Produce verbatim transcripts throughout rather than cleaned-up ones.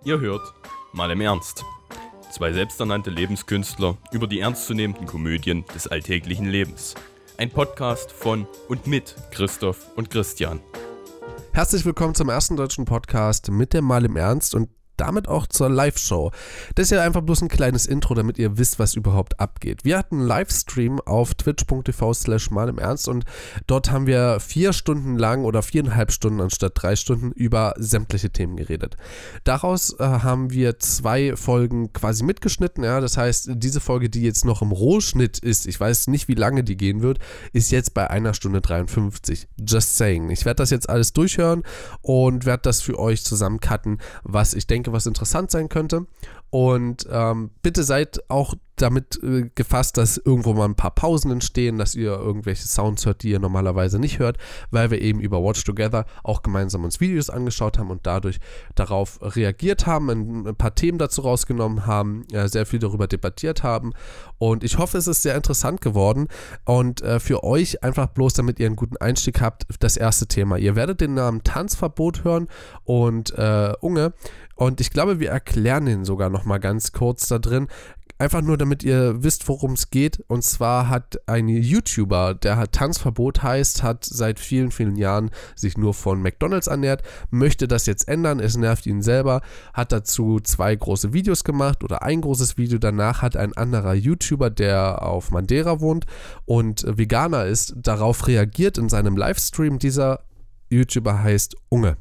Ihr hört Mal im Ernst. Zwei selbsternannte Lebenskünstler über die ernstzunehmenden Komödien des alltäglichen Lebens. Ein Podcast von und mit Christoph und Christian. Herzlich willkommen zum ersten deutschen Podcast mit dem Mal im Ernst und damit auch zur Live-Show. Das ist ja einfach bloß ein kleines Intro, damit ihr wisst, was überhaupt abgeht. Wir hatten einen Livestream auf twitch.tv slash mal im Ernst und dort haben wir vier Stunden lang oder viereinhalb Stunden anstatt drei Stunden über sämtliche Themen geredet. Daraus äh, haben wir zwei Folgen quasi mitgeschnitten. Ja, das heißt, diese Folge, die jetzt noch im Rohschnitt ist, ich weiß nicht, wie lange die gehen wird, ist jetzt bei einer Stunde dreiundfünfzig. Just saying. Ich werde das jetzt alles durchhören und werde das für euch zusammencutten, was ich denke, was interessant sein könnte. Und ähm, bitte seid auch damit äh, gefasst, dass irgendwo mal ein paar Pausen entstehen, dass ihr irgendwelche Sounds hört, die ihr normalerweise nicht hört, weil wir eben über Watch Together auch gemeinsam uns Videos angeschaut haben und dadurch darauf reagiert haben, ein, ein paar Themen dazu rausgenommen haben, äh, sehr viel darüber debattiert haben und ich hoffe, es ist sehr interessant geworden und äh, für euch einfach bloß, damit ihr einen guten Einstieg habt, das erste Thema. Ihr werdet den Namen Tanzverbot hören und äh, Unge und ich glaube, wir erklären den sogar nochmal ganz kurz da drin. Einfach nur, damit ihr wisst, worum es geht. Und zwar hat ein YouTuber, der hat Tanzverbot heißt, hat seit vielen, vielen Jahren sich nur von McDonald's ernährt, möchte das jetzt ändern, es nervt ihn selber, hat dazu zwei große Videos gemacht oder ein großes Video. Danach hat ein anderer YouTuber, der auf Madeira wohnt und Veganer ist, darauf reagiert in seinem Livestream. Dieser YouTuber heißt Unge.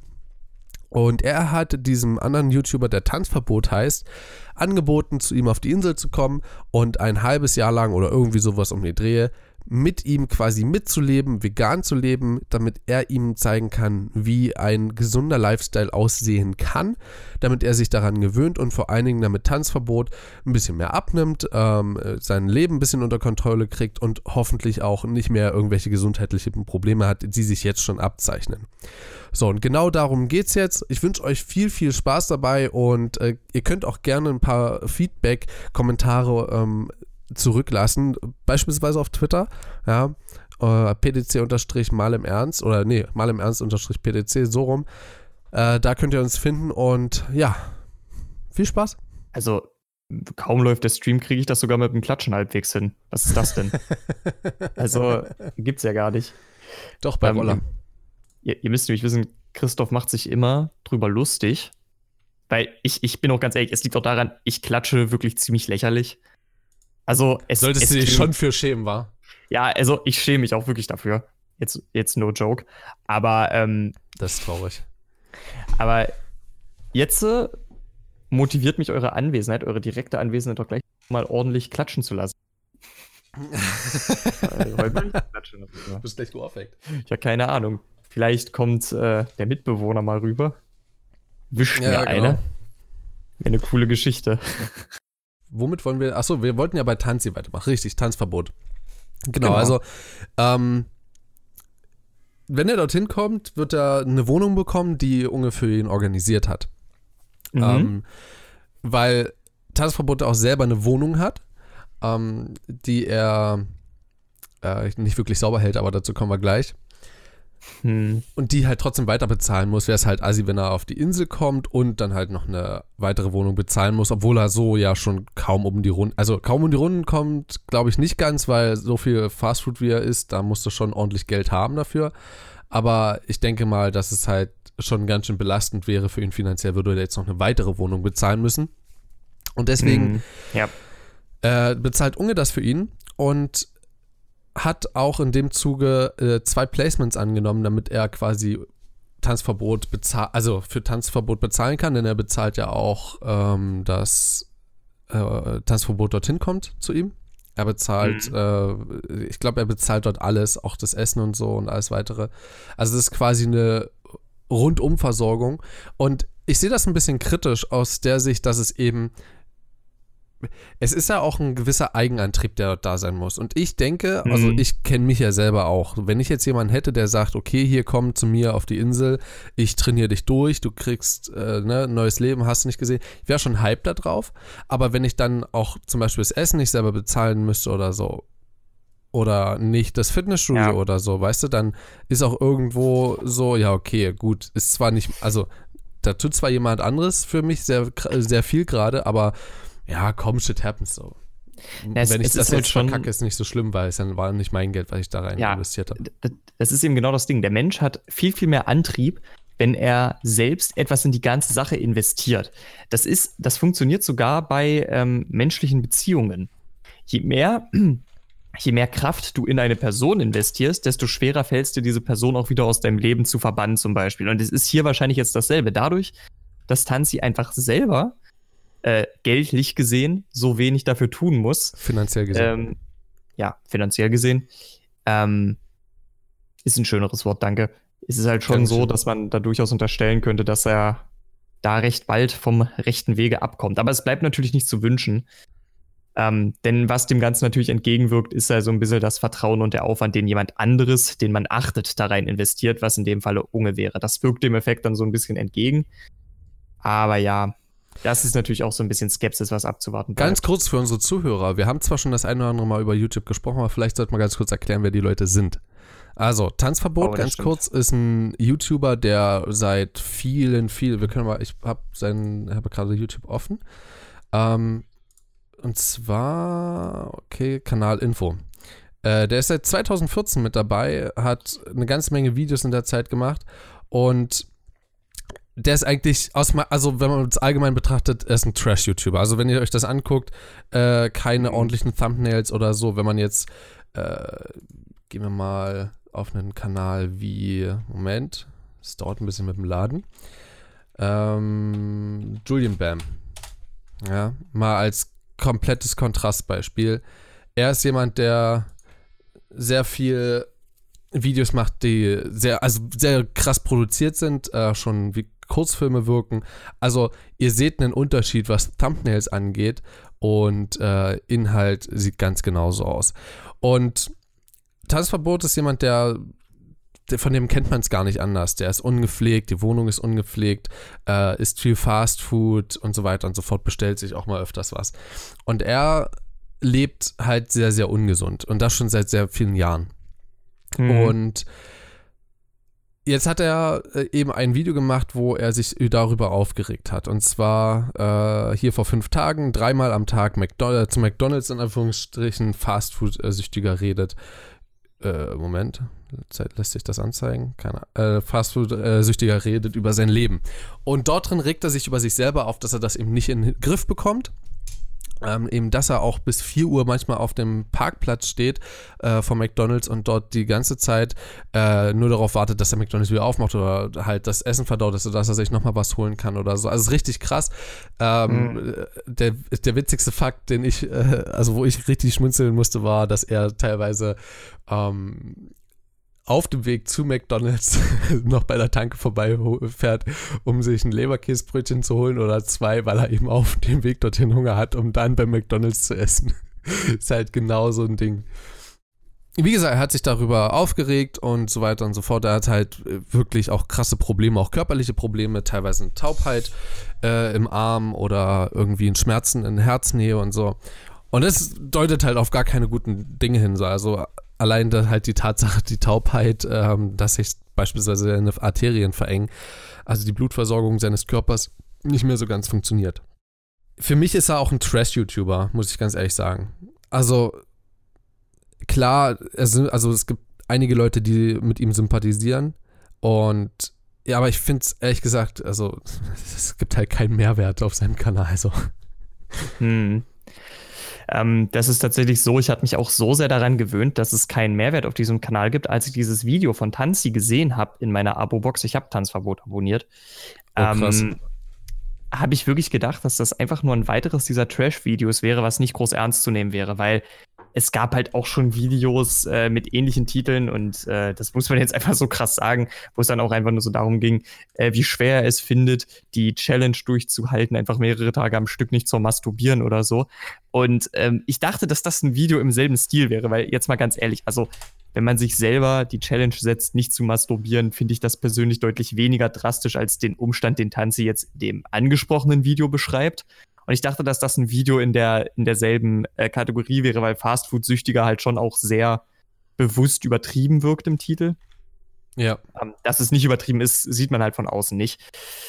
Und er hat diesem anderen YouTuber, der Tanzverbot heißt, angeboten, zu ihm auf die Insel zu kommen und ein halbes Jahr lang oder irgendwie sowas um die Drehe mit ihm quasi mitzuleben, vegan zu leben, damit er ihm zeigen kann, wie ein gesunder Lifestyle aussehen kann, damit er sich daran gewöhnt und vor allen Dingen damit Tanzverbot ein bisschen mehr abnimmt, ähm, sein Leben ein bisschen unter Kontrolle kriegt und hoffentlich auch nicht mehr irgendwelche gesundheitlichen Probleme hat, die sich jetzt schon abzeichnen. So, und genau darum geht's jetzt. Ich wünsche euch viel, viel Spaß dabei und äh, ihr könnt auch gerne ein paar Feedback-Kommentare ähm, zurücklassen, beispielsweise auf Twitter, ja, äh, P D C mal im Ernst oder nee, mal im Ernst P D C, so rum. Äh, da könnt ihr uns finden und ja, viel Spaß. Also, kaum läuft der Stream, kriege ich das sogar mit dem Klatschen halbwegs hin. Was ist das denn? Also, gibt's ja gar nicht. Doch, bei ähm, Roller. Ihr, ihr müsst nämlich wissen, Christoph macht sich immer drüber lustig, weil ich, ich bin auch ganz ehrlich, es liegt auch daran, ich klatsche wirklich ziemlich lächerlich. Also es Solltest es du dich klingt, schon für schämen, wa? Ja, also ich schäme mich auch wirklich dafür. Jetzt, jetzt no joke. Aber, ähm, das ist traurig. Aber jetzt äh, motiviert mich eure Anwesenheit, eure direkte Anwesenheit doch gleich mal ordentlich klatschen zu lassen. Du bist gleich geohrfeigt. Ja, keine Ahnung. Vielleicht kommt äh, der Mitbewohner mal rüber. Wischt ja, mir genau. eine. Wäre eine coole Geschichte. Womit wollen wir, achso, wir wollten ja bei Tanzi weitermachen. Richtig, Tanzverbot. Genau, genau. also ähm, wenn er dorthin kommt, wird er eine Wohnung bekommen, die Unge für ihn organisiert hat. Mhm. Ähm, weil Tanzverbot auch selber eine Wohnung hat, ähm, die er äh, nicht wirklich sauber hält, aber dazu kommen wir gleich. Hm. Und die halt trotzdem weiter bezahlen muss, wäre es halt assi, wenn er auf die Insel kommt und dann halt noch eine weitere Wohnung bezahlen muss, obwohl er so ja schon kaum um die Runden, also kaum um die Runden kommt, glaube ich nicht ganz, weil so viel Fastfood wie er isst, da musst du schon ordentlich Geld haben dafür, aber ich denke mal, dass es halt schon ganz schön belastend wäre für ihn finanziell, würde er jetzt noch eine weitere Wohnung bezahlen müssen und deswegen hm. ja. äh, bezahlt Unge das für ihn und hat auch in dem Zuge äh, zwei Placements angenommen, damit er quasi Tanzverbot bezahlt, also für Tanzverbot bezahlen kann, denn er bezahlt ja auch, ähm, dass äh, Tanzverbot dorthin kommt zu ihm. Er bezahlt, mhm. äh, ich glaube, er bezahlt dort alles, auch das Essen und so und alles weitere. Also das ist quasi eine Rundumversorgung und ich sehe das ein bisschen kritisch aus der Sicht, dass es eben es ist ja auch ein gewisser Eigenantrieb, der da sein muss. Und ich denke, also mhm. ich kenne mich ja selber auch. Wenn ich jetzt jemanden hätte, der sagt, okay, hier komm zu mir auf die Insel, ich trainiere dich durch, du kriegst äh, ne, neues Leben, hast du nicht gesehen. Ich wäre schon hyped da drauf. Aber wenn ich dann auch zum Beispiel das Essen nicht selber bezahlen müsste oder so, oder nicht das Fitnessstudio ja. oder so, weißt du, dann ist auch irgendwo so, ja okay, gut, ist zwar nicht, also Da tut zwar jemand anderes für mich sehr, sehr viel gerade, aber ja, komm, shit happens so. Ja, es, Wenn ich es das ist halt jetzt schon, verkacke, ist nicht so schlimm, weil es dann war nicht mein Geld, was ich da rein ja, investiert habe. d- das ist eben genau das Ding. Der Mensch hat viel, viel mehr Antrieb, wenn er selbst etwas in die ganze Sache investiert. Das ist, das funktioniert sogar bei ähm, menschlichen Beziehungen. Je mehr, je mehr Kraft du in eine Person investierst, desto schwerer fällt es dir, diese Person auch wieder aus deinem Leben zu verbannen, zum Beispiel. Und es ist hier wahrscheinlich jetzt dasselbe. Dadurch, dass Tanzi einfach selber äh, geldlich gesehen so wenig dafür tun muss. Finanziell gesehen. Ähm, ja, finanziell gesehen. Ähm, ist ein schöneres Wort, danke. Es ist halt schon Dankeschön. so, dass man da durchaus unterstellen könnte, dass er da recht bald vom rechten Wege abkommt. Aber es bleibt natürlich nicht zu wünschen. Ähm, denn was dem Ganzen natürlich entgegenwirkt, ist ja so ein bisschen das Vertrauen und der Aufwand, den jemand anderes, den man achtet, da rein investiert, was in dem Falle Unge wäre. Das wirkt dem Effekt dann so ein bisschen entgegen. Aber ja, das ist natürlich auch so ein bisschen Skepsis, was abzuwarten bleibt. Ganz kurz für unsere Zuhörer. Wir haben zwar schon das eine oder andere Mal über YouTube gesprochen, aber vielleicht sollte man ganz kurz erklären, wer die Leute sind. Also, Tanzverbot, Oh, das ganz stimmt. kurz, ist ein YouTuber, der seit vielen, vielen, wir können mal, ich habe seinen, habe gerade YouTube offen. Ähm, und zwar, okay, Kanalinfo. Äh, der ist seit zweitausendvierzehn mit dabei, hat eine ganze Menge Videos in der Zeit gemacht und der ist eigentlich, aus, also wenn man es allgemein betrachtet, er ist ein Trash-YouTuber. Also wenn ihr euch das anguckt, äh, keine Mhm. ordentlichen Thumbnails oder so, wenn man jetzt, äh, gehen wir mal auf einen Kanal wie, Moment, es dauert ein bisschen mit dem Laden, ähm, Julian Bam. Ja, mal als komplettes Kontrastbeispiel. Er ist jemand, der sehr viel Videos macht, die sehr, also sehr krass produziert sind, äh, schon wie Kurzfilme wirken. Also ihr seht einen Unterschied, was Thumbnails angeht und äh, Inhalt sieht ganz genauso aus. Und Tanzverbot ist jemand, der, der von dem kennt man es gar nicht anders. Der ist ungepflegt, die Wohnung ist ungepflegt, äh, isst viel Fast Food und so weiter und so fort, bestellt sich auch mal öfters was. Und er lebt halt sehr, sehr ungesund und das schon seit sehr vielen Jahren. Mhm. Und jetzt hat er äh, eben ein Video gemacht, wo er sich darüber aufgeregt hat. Und zwar äh, hier vor fünf Tagen, dreimal am Tag McDonald's, zu McDonald's in Anführungsstrichen Fastfood-Süchtiger redet. Äh, Moment, Zeit lässt sich das anzeigen? Keine Ahnung. Äh, Fastfood-Süchtiger redet über sein Leben. Und dort drin regt er sich über sich selber auf, dass er das eben nicht in den Griff bekommt. Ähm, eben, dass er auch bis vier Uhr manchmal auf dem Parkplatz steht äh, von McDonald's und dort die ganze Zeit äh, nur darauf wartet, dass der McDonald's wieder aufmacht oder halt das Essen verdaut ist, sodass er sich nochmal was holen kann oder so. Also es ist richtig krass. Ähm, Mhm. der, der witzigste Fakt, den ich, äh, also wo ich richtig schmunzeln musste, war, dass er teilweise ähm, auf dem Weg zu McDonald's noch bei der Tanke vorbeifährt, um sich ein Leberkäsebrötchen zu holen oder zwei, weil er eben auf dem Weg dorthin Hunger hat, um dann bei McDonald's zu essen. Ist halt genau so ein Ding. Wie gesagt, er hat sich darüber aufgeregt und so weiter und so fort. Er hat halt wirklich auch krasse Probleme, auch körperliche Probleme, teilweise eine Taubheit äh, im Arm oder irgendwie ein Schmerzen in Herznähe und so. Und das deutet halt auf gar keine guten Dinge hin. So. Also allein da halt die Tatsache, die Taubheit, ähm, dass sich beispielsweise seine Arterien verengen, also die Blutversorgung seines Körpers nicht mehr so ganz funktioniert. Für mich ist er auch ein Trash-YouTuber, muss ich ganz ehrlich sagen. Also klar, es, also es gibt einige Leute, die mit ihm sympathisieren und ja, aber ich finde es ehrlich gesagt, also es gibt halt keinen Mehrwert auf seinem Kanal. Also. Hm. Ähm, das ist tatsächlich so, ich habe mich auch so sehr daran gewöhnt, dass es keinen Mehrwert auf diesem Kanal gibt, als ich dieses Video von Tanzi gesehen habe in meiner Abo-Box. Ich habe Tanzverbot abonniert. Oh, krass. Ähm, habe ich wirklich gedacht, dass das einfach nur ein weiteres dieser Trash-Videos wäre, was nicht groß ernst zu nehmen wäre, weil es gab halt auch schon Videos äh, mit ähnlichen Titeln und äh, das muss man jetzt einfach so krass sagen, wo es dann auch einfach nur so darum ging, äh, wie schwer er es findet, die Challenge durchzuhalten, einfach mehrere Tage am Stück nicht zu masturbieren oder so. Und ähm, ich dachte, dass das ein Video im selben Stil wäre, weil jetzt mal ganz ehrlich, also wenn man sich selber die Challenge setzt, nicht zu masturbieren, finde ich das persönlich deutlich weniger drastisch als den Umstand, den Tanzi jetzt in dem angesprochenen Video beschreibt. Und ich dachte, dass das ein Video in der in derselben äh, Kategorie wäre, weil Fastfood-Süchtiger halt schon auch sehr bewusst übertrieben wirkt im Titel. Ja. Ähm, dass es nicht übertrieben ist, sieht man halt von außen nicht.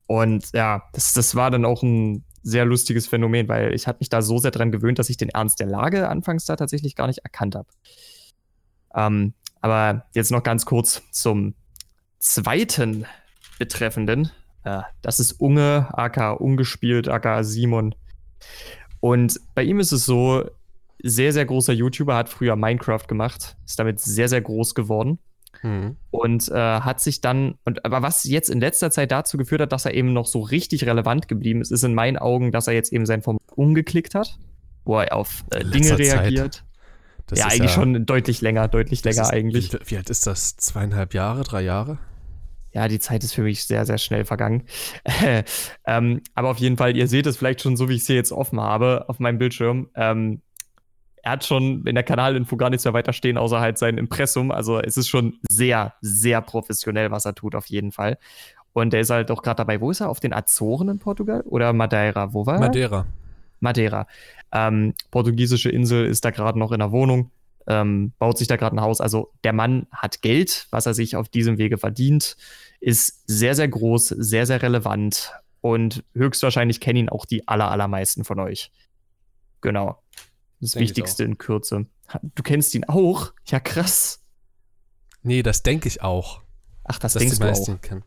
Und ja, das, das war dann auch ein sehr lustiges Phänomen, weil ich hatte mich da so sehr dran gewöhnt, dass ich den Ernst der Lage anfangs da tatsächlich gar nicht erkannt habe. Ähm, aber jetzt noch ganz kurz zum zweiten Betreffenden. Äh, das ist Unge, aka Ungespielt, aka Simon. Und bei ihm ist es so, sehr, sehr großer YouTuber, hat früher Minecraft gemacht, ist damit sehr, sehr groß geworden. Mhm. Und äh, hat sich dann, und aber was jetzt in letzter Zeit dazu geführt hat, dass er eben noch so richtig relevant geblieben ist, ist in meinen Augen, dass er jetzt eben sein Format umgeklickt hat, wo er auf äh, Dinge reagiert. Das ja, eigentlich ja schon deutlich länger, deutlich länger ist, eigentlich. Wie, wie alt ist das? Zweieinhalb Jahre, drei Jahre? Ja, die Zeit ist für mich sehr, sehr schnell vergangen. ähm, aber auf jeden Fall, ihr seht es vielleicht schon so, wie ich es hier jetzt offen habe auf meinem Bildschirm. Ähm, er hat schon in der Kanalinfo gar nichts mehr weiter stehen, außer halt sein Impressum. Also es ist schon sehr, sehr professionell, was er tut, auf jeden Fall. Und der ist halt auch gerade dabei, wo ist er? Auf den Azoren in Portugal? Oder Madeira? Wo war er? Madeira. Madeira. Ähm, portugiesische Insel, ist da gerade noch in der Wohnung. Ähm, baut sich da gerade ein Haus. Also der Mann hat Geld, was er sich auf diesem Wege verdient, ist sehr, sehr groß, sehr, sehr relevant und höchstwahrscheinlich kennen ihn auch die aller, allermeisten von euch. Genau. Das Denk Wichtigste in Kürze. Du kennst ihn auch? Ja, krass. Nee, das denke ich auch. Ach, das denkst du auch. Kennen.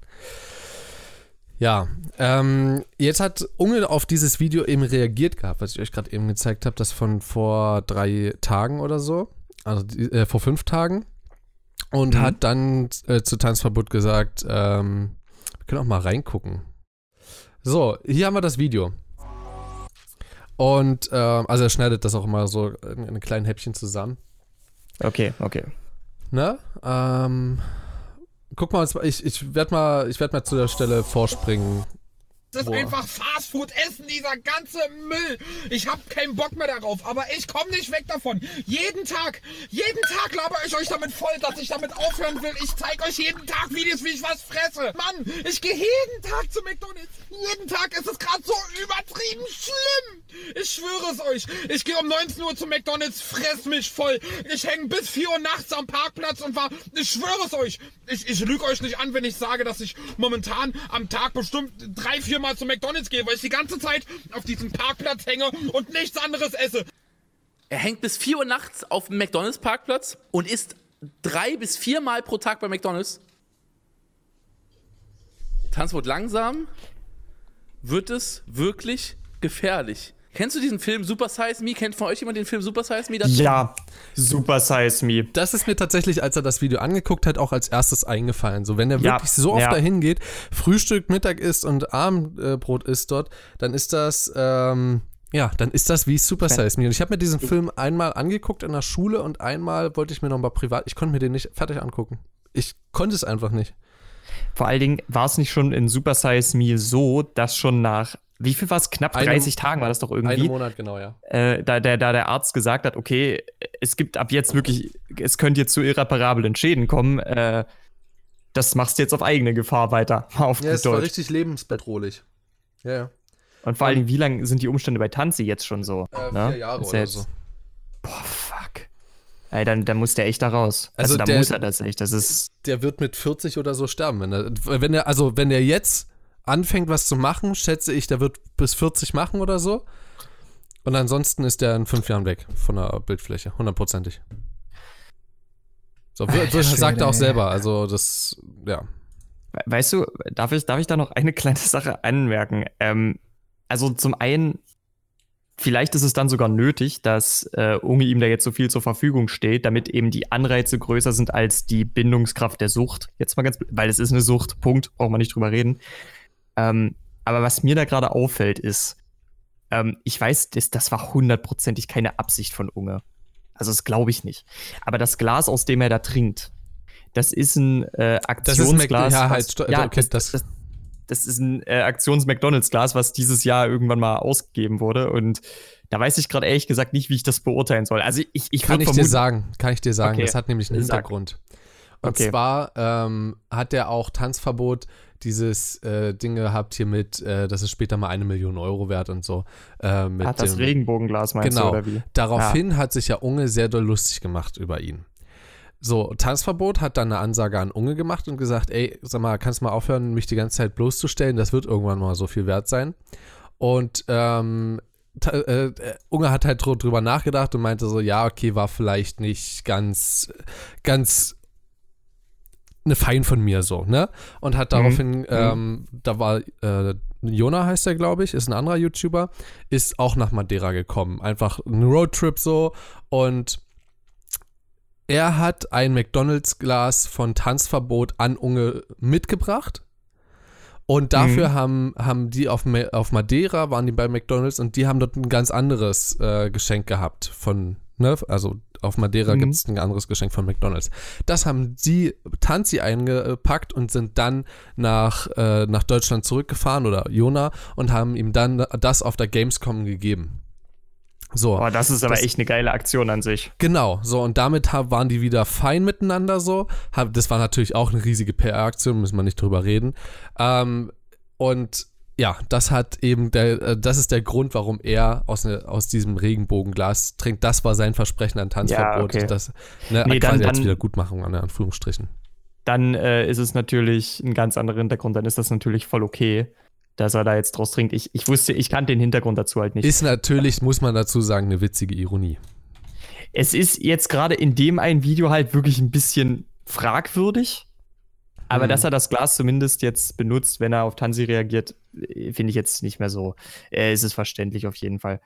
Ja, ähm, jetzt hat Unge auf dieses Video eben reagiert gehabt, was ich euch gerade eben gezeigt habe, das von vor drei Tagen oder so. Also äh, vor fünf Tagen und mhm. hat dann äh, zu Tanzverbot gesagt, ähm, wir können auch mal reingucken. So, hier haben wir das Video. Und, äh, also er schneidet das auch immer so in, in kleinen Häppchen zusammen. Okay, okay. Ne? Ähm, guck mal, ich, ich werde mal, ich werd mal zu der Stelle vorspringen. Das ist einfach Fastfood-Essen, dieser ganze Müll. Ich hab keinen Bock mehr darauf, aber ich komme nicht weg davon. Jeden Tag, jeden Tag laber ich euch damit voll, dass ich damit aufhören will. Ich zeig euch jeden Tag Videos, wie ich was fresse. Mann, ich gehe jeden Tag zu McDonald's. Jeden Tag ist es gerade so übertrieben schlimm. Ich schwöre es euch. Ich gehe um neunzehn Uhr zu McDonald's, fress mich voll. Ich hänge bis vier Uhr nachts am Parkplatz und war, ich schwöre es euch. Ich, ich lüge euch nicht an, wenn ich sage, dass ich momentan am Tag bestimmt drei, vier Mal zu McDonald's gehe, weil ich die ganze Zeit auf diesem Parkplatz hänge und nichts anderes esse. Er hängt bis vier Uhr nachts auf dem McDonald's-Parkplatz und isst drei bis vier Mal pro Tag bei McDonald's. Tanzverbot, langsam wird es wirklich gefährlich. Kennst du diesen Film Super Size Me? Kennt von euch jemand den Film Super Size Me? Das ja, Super Size Me. Das ist mir tatsächlich, als er das Video angeguckt hat, auch als erstes eingefallen. So, wenn er ja, wirklich so oft ja. dahin geht, Frühstück, Mittag isst und Abendbrot isst dort, dann ist das, ähm, ja, dann ist das wie Super Size Me. Und ich habe mir diesen Film einmal angeguckt in der Schule und einmal wollte ich mir noch mal privat, ich konnte mir den nicht fertig angucken. Ich konnte es einfach nicht. Vor allen Dingen war es nicht schon in Super Size Me so, dass schon nach wie viel war es? Knapp dreißig Eine, Tagen war das doch irgendwie. Einen Monat, genau, ja. Äh, da, der, da der Arzt gesagt hat, okay, es gibt ab jetzt wirklich, es könnte jetzt zu irreparablen Schäden kommen. Äh, das machst du jetzt auf eigene Gefahr weiter. Auf ja, es Deutsch. War richtig lebensbedrohlich. Ja, ja. Und vor allen Dingen, wie lange sind die Umstände bei Tanzi jetzt schon so? Äh, ne? Vier Jahre oder so. Boah, fuck. Ey, dann, dann muss der echt da raus. Also, also da der, muss er das echt. Das ist. Der wird mit vierzig oder so sterben. Wenn er, wenn er, also wenn er jetzt anfängt, was zu machen, schätze ich, der wird bis vierzig machen oder so. Und ansonsten ist der in fünf Jahren weg von der Bildfläche, hundertprozentig. So, das sagt er auch selber, also das, ja. Weißt du, darf ich, darf ich da noch eine kleine Sache anmerken? Ähm, also zum einen, vielleicht ist es dann sogar nötig, dass äh, Unge ihm da jetzt so viel zur Verfügung steht, damit eben die Anreize größer sind als die Bindungskraft der Sucht. Jetzt mal ganz, weil es ist eine Sucht, Punkt, braucht man nicht drüber reden. Ähm, aber was mir da gerade auffällt, ist, ähm, ich weiß, das, das war hundertprozentig keine Absicht von Unge. Also das glaube ich nicht. Aber das Glas, aus dem er da trinkt, das ist ein äh, Aktionsglas. Das ist ein Mac- ja, halt, ja, okay, das, das, das ist ein äh, Aktions-McDonalds-Glas, was dieses Jahr irgendwann mal ausgegeben wurde. Und da weiß ich gerade ehrlich gesagt nicht, wie ich das beurteilen soll. Also ich, ich kann ich dir sagen, kann ich dir sagen. Okay. Das hat nämlich einen Sag. Hintergrund. Und okay. zwar ähm, hat er auch Tanzverbot dieses äh, Ding gehabt hier mit, äh, das ist später mal eine Million Euro wert und so. Äh, mit hat das dem, Regenbogenglas meinst genau. du, oder wie? Daraufhin ja. hat sich ja Unge sehr doll lustig gemacht über ihn. So, Tanzverbot hat dann eine Ansage an Unge gemacht und gesagt, ey, sag mal, kannst du mal aufhören, mich die ganze Zeit bloßzustellen, das wird irgendwann mal so viel wert sein. Und ähm, t- äh, Unge hat halt drüber nachgedacht und meinte so, ja, okay, war vielleicht nicht ganz, ganz eine Fein von mir so, ne? Und hat daraufhin, Mhm. ähm, da war äh, Jona heißt er, glaube ich, ist ein anderer YouTuber, ist auch nach Madeira gekommen. Einfach ein Roadtrip so und er hat ein McDonalds-Glas von Tanzverbot an Unge mitgebracht und dafür Mhm. haben, haben die auf, Ma- auf Madeira, waren die bei McDonalds und die haben dort ein ganz anderes äh, Geschenk gehabt von, ne, also auf Madeira Mhm. gibt es ein anderes Geschenk von McDonalds. Das haben sie, Tanzi eingepackt und sind dann nach, äh, nach Deutschland zurückgefahren oder Jona und haben ihm dann das auf der Gamescom gegeben. So. Boah, das ist aber Das- echt eine geile Aktion an sich. Genau, so und damit ha- waren die wieder fein miteinander so. Hab, das war natürlich auch eine riesige P R-Aktion, müssen wir nicht drüber reden. Ähm, und ja, das hat eben der, äh, das ist der Grund, warum er aus, ne, aus diesem Regenbogenglas trinkt. Das war sein Versprechen an Tanzverbot. Ja, okay. Das ne, Nee, dann- quasi als dann- Wiedergutmachung an Anführungsstrichen. Dann äh, ist es natürlich ein ganz anderer Hintergrund. Dann ist das natürlich voll okay, dass er da jetzt draus trinkt. Ich, ich wusste, ich kannte den Hintergrund dazu halt nicht. Ist natürlich, muss man dazu sagen, eine witzige Ironie. Es ist jetzt gerade in dem einen Video halt wirklich ein bisschen fragwürdig. Aber Mhm. dass er das Glas zumindest jetzt benutzt, wenn er auf Tanzi reagiert, äh, finde ich jetzt nicht mehr so. Äh, es ist verständlich auf jeden Fall.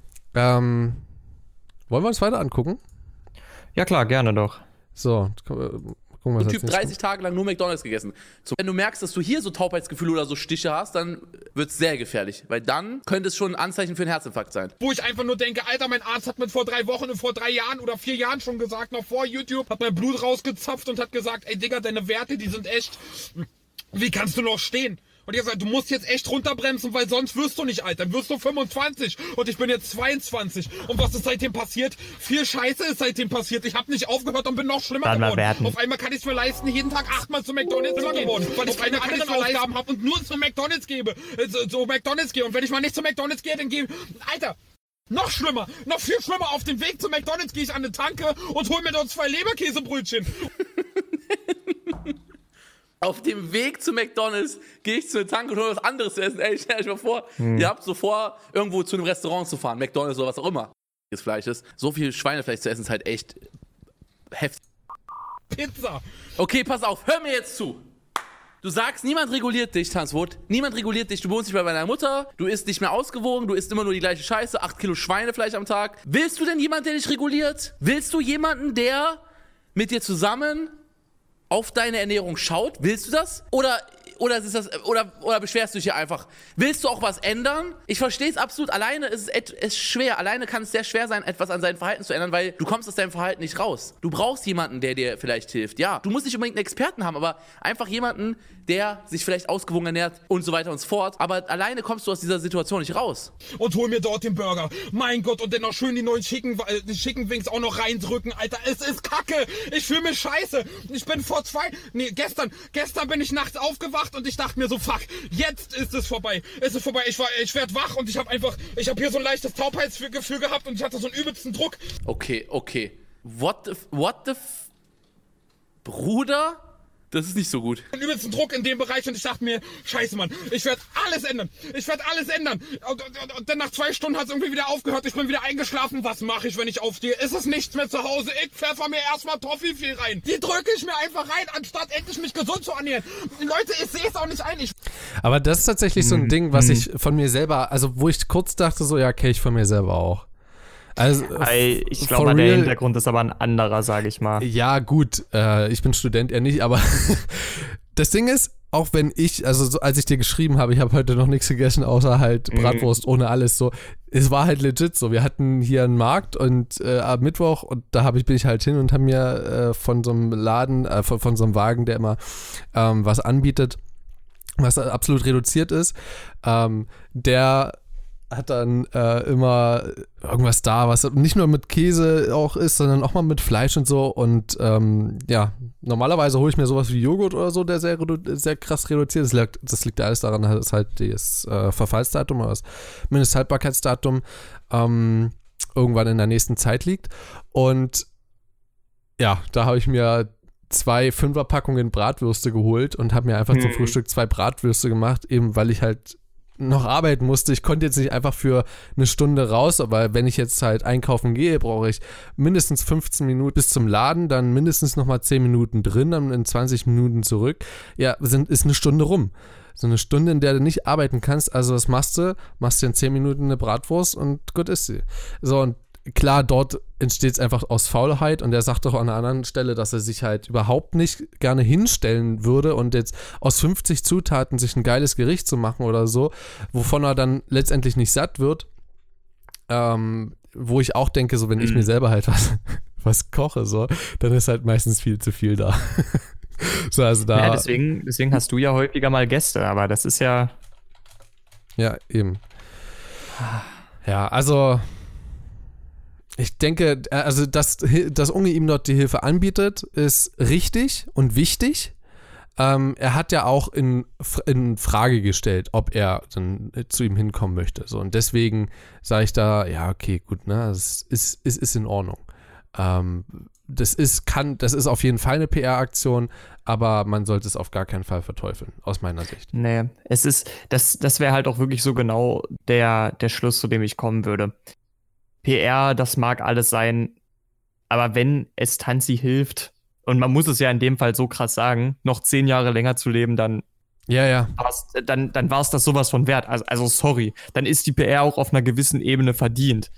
Ähm, wollen wir uns weiter angucken? Ja klar, gerne doch. So, gucken wir So was ein als Typ nächstes dreißig Tage lang nur McDonalds gegessen. So, wenn du merkst, dass du hier so Taubheitsgefühle oder so Stiche hast, dann wird's sehr gefährlich. Weil dann könnte es schon ein Anzeichen für einen Herzinfarkt sein. Wo ich einfach nur denke, Alter, mein Arzt hat mir vor drei Wochen und vor drei Jahren oder vier Jahren schon gesagt, noch vor YouTube, hat mein Blut rausgezapft und hat gesagt, ey Digga, deine Werte, die sind echt, wie kannst du noch stehen? Und ich hab gesagt, du musst jetzt echt runterbremsen, weil sonst wirst du nicht alt. Dann wirst du fünfundzwanzig und ich bin jetzt zweiundzwanzig. Und was ist seitdem passiert? Viel Scheiße ist seitdem passiert. Ich habe nicht aufgehört und bin noch schlimmer Warte mal, geworden. Werten. Auf einmal kann ich es mir leisten, jeden Tag achtmal zu McDonalds zu gehen, weil ich keine anderen Ausgaben habe und nur zu McDonalds gebe. Äh, So, so McDonalds gehe. Und wenn ich mal nicht zu McDonalds gehe, dann gehe Alter, noch schlimmer, noch viel schlimmer. Auf dem Weg zu McDonalds gehe ich an eine Tanke und hol mir dort zwei Leberkäsebrötchen. Auf dem Weg zu McDonalds gehe ich zu einer Tank und hole was anderes zu essen. Ey, stell euch mal vor, ihr habt so vor, irgendwo zu einem Restaurant zu fahren, McDonalds oder was auch immer. Das Fleisch ist. So viel Schweinefleisch zu essen ist halt echt heftig. Pizza. Okay, pass auf, hör mir jetzt zu. Du sagst, niemand reguliert dich, Tanzwut. Niemand reguliert dich. Du wohnst nicht mehr bei deiner Mutter. Du isst nicht mehr ausgewogen. Du isst immer nur die gleiche Scheiße. Acht Kilo Schweinefleisch am Tag. Willst du denn jemanden, der dich reguliert? Willst du jemanden, der mit dir zusammen auf deine Ernährung schaut? Willst du das? Oder, oder, ist das, oder, oder beschwerst du dich hier einfach? Willst du auch was ändern? Ich verstehe es absolut. Alleine ist es et- ist schwer. Alleine kann es sehr schwer sein, etwas an seinem Verhalten zu ändern, weil du kommst aus deinem Verhalten nicht raus. Du brauchst jemanden, der dir vielleicht hilft. Ja, du musst nicht unbedingt einen Experten haben, aber einfach jemanden, der sich vielleicht ausgewogen ernährt und so weiter und so fort. Aber alleine kommst du aus dieser Situation nicht raus. Und hol mir dort den Burger. Mein Gott, und dann noch schön die neuen Chicken, äh, die Chicken Wings auch noch reindrücken. Alter, es ist kacke. Ich fühle mich scheiße. Ich bin vor zwei, nee, gestern, gestern bin ich nachts aufgewacht und ich dachte mir so, fuck, jetzt ist es vorbei. Es ist vorbei. Ich war, ich werd wach und ich habe einfach, ich habe hier so ein leichtes Taubheitsgefühl gehabt und ich hatte so einen übelsten Druck. Okay, okay. What the, f- what the f Bruder? Das ist nicht so gut. Den übelsten Druck in dem Bereich und ich dachte mir, scheiße, Mann, ich werde alles ändern. Ich werde alles ändern. Und, und, und dann nach zwei Stunden hat es irgendwie wieder aufgehört. Ich bin wieder eingeschlafen. Was mache ich, wenn ich aufstehe? Ist es nichts mehr zu Hause? Ich pfeffer mir erstmal Toffifee rein. Die drücke ich mir einfach rein, anstatt endlich mich gesund zu ernähren. Leute, ich sehe es auch nicht ein. Ich Aber das ist tatsächlich so ein Mhm. Ding, was Mhm. ich von mir selber, also wo ich kurz dachte, so, ja, kenne ich von mir selber auch. Also, Ey, ich for glaube, der real- Hintergrund ist aber ein anderer, sage ich mal. Ja, gut, äh, ich bin Student, eher nicht, aber das Ding ist, auch wenn ich, also so, als ich dir geschrieben habe, ich habe heute noch nichts gegessen, außer halt Mhm. Bratwurst ohne alles, so, es war halt legit so. Wir hatten hier einen Markt und äh, am Mittwoch und da hab ich, bin ich halt hin und habe mir äh, von so einem Laden, äh, von, von so einem Wagen, der immer ähm, was anbietet, was absolut reduziert ist, ähm, der hat dann äh, immer irgendwas da, was nicht nur mit Käse auch ist, sondern auch mal mit Fleisch und so. Und ähm, ja, normalerweise hole ich mir sowas wie Joghurt oder so, der sehr, redu- sehr krass reduziert ist. Das liegt, das liegt alles daran, dass halt das äh, Verfallsdatum oder das Mindesthaltbarkeitsdatum ähm, irgendwann in der nächsten Zeit liegt. Und ja, da habe ich mir zwei Fünferpackungen Bratwürste geholt und habe mir einfach hm. zum Frühstück zwei Bratwürste gemacht, eben weil ich halt noch arbeiten musste. Ich konnte jetzt nicht einfach für eine Stunde raus, aber wenn ich jetzt halt einkaufen gehe, brauche ich mindestens fünfzehn Minuten bis zum Laden, dann mindestens nochmal zehn Minuten drin, dann in zwanzig Minuten zurück. Ja, sind, ist eine Stunde rum. So eine Stunde, in der du nicht arbeiten kannst. Also was machst du? Machst dir in zehn Minuten eine Bratwurst und gut ist sie. So, und klar, dort entsteht es einfach aus Faulheit und er sagt doch an einer anderen Stelle, dass er sich halt überhaupt nicht gerne hinstellen würde und jetzt aus fünfzig Zutaten sich ein geiles Gericht zu machen oder so, wovon er dann letztendlich nicht satt wird. Ähm, wo ich auch denke, so wenn ich mir selber halt was, was koche, so, dann ist halt meistens viel zu viel da. So, also da. Ja, deswegen, deswegen hast du ja häufiger mal Gäste, aber das ist ja. Ja, eben. Ja, also ich denke, also dass, dass Unge ihm dort die Hilfe anbietet, ist richtig und wichtig. Ähm, er hat ja auch in, in Frage gestellt, ob er dann zu ihm hinkommen möchte. So, und deswegen sage ich da, ja, okay, gut, ne, es ist, ist, ist in Ordnung. Ähm, das ist, kann, das ist auf jeden Fall eine P R-Aktion, aber man sollte es auf gar keinen Fall verteufeln, aus meiner Sicht. Nee, es ist, das, das wäre halt auch wirklich so genau der, der Schluss, zu dem ich kommen würde. P R, das mag alles sein, aber wenn es Tanzi hilft, und man muss es ja in dem Fall so krass sagen, noch zehn Jahre länger zu leben, dann ja, ja. war's, dann, dann war es das sowas von wert. Also, also sorry, dann ist die P R auch auf einer gewissen Ebene verdient.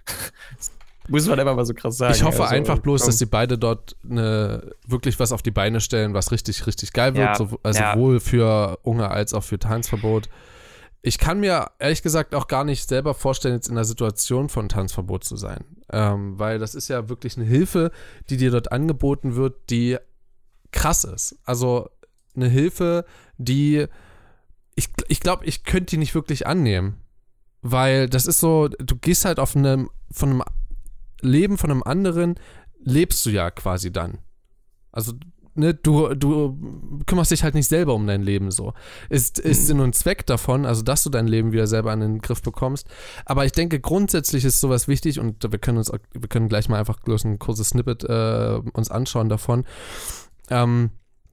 Muss man einfach mal so krass sagen. Ich hoffe also, einfach bloß, komm. dass die beide dort eine, wirklich was auf die Beine stellen, was richtig, richtig geil wird. Ja, so, also ja. sowohl für Unge als auch für Tanzverbot. Ich kann mir ehrlich gesagt auch gar nicht selber vorstellen, jetzt in der Situation von Tanzverbot zu sein. Ähm, weil das ist ja wirklich eine Hilfe, die dir dort angeboten wird, die krass ist. Also eine Hilfe, die ich, ich glaube, ich könnte die nicht wirklich annehmen. Weil das ist so, du gehst halt auf einem, von einem Leben von einem anderen, lebst du ja quasi dann. Also Ne, du, du kümmerst dich halt nicht selber um dein Leben so. Ist, ist Sinn und Zweck davon, also dass du dein Leben wieder selber in den Griff bekommst. Aber ich denke, grundsätzlich ist sowas wichtig und wir können uns, wir können gleich mal einfach bloß ein kurzes Snippet äh, uns anschauen davon, ähm,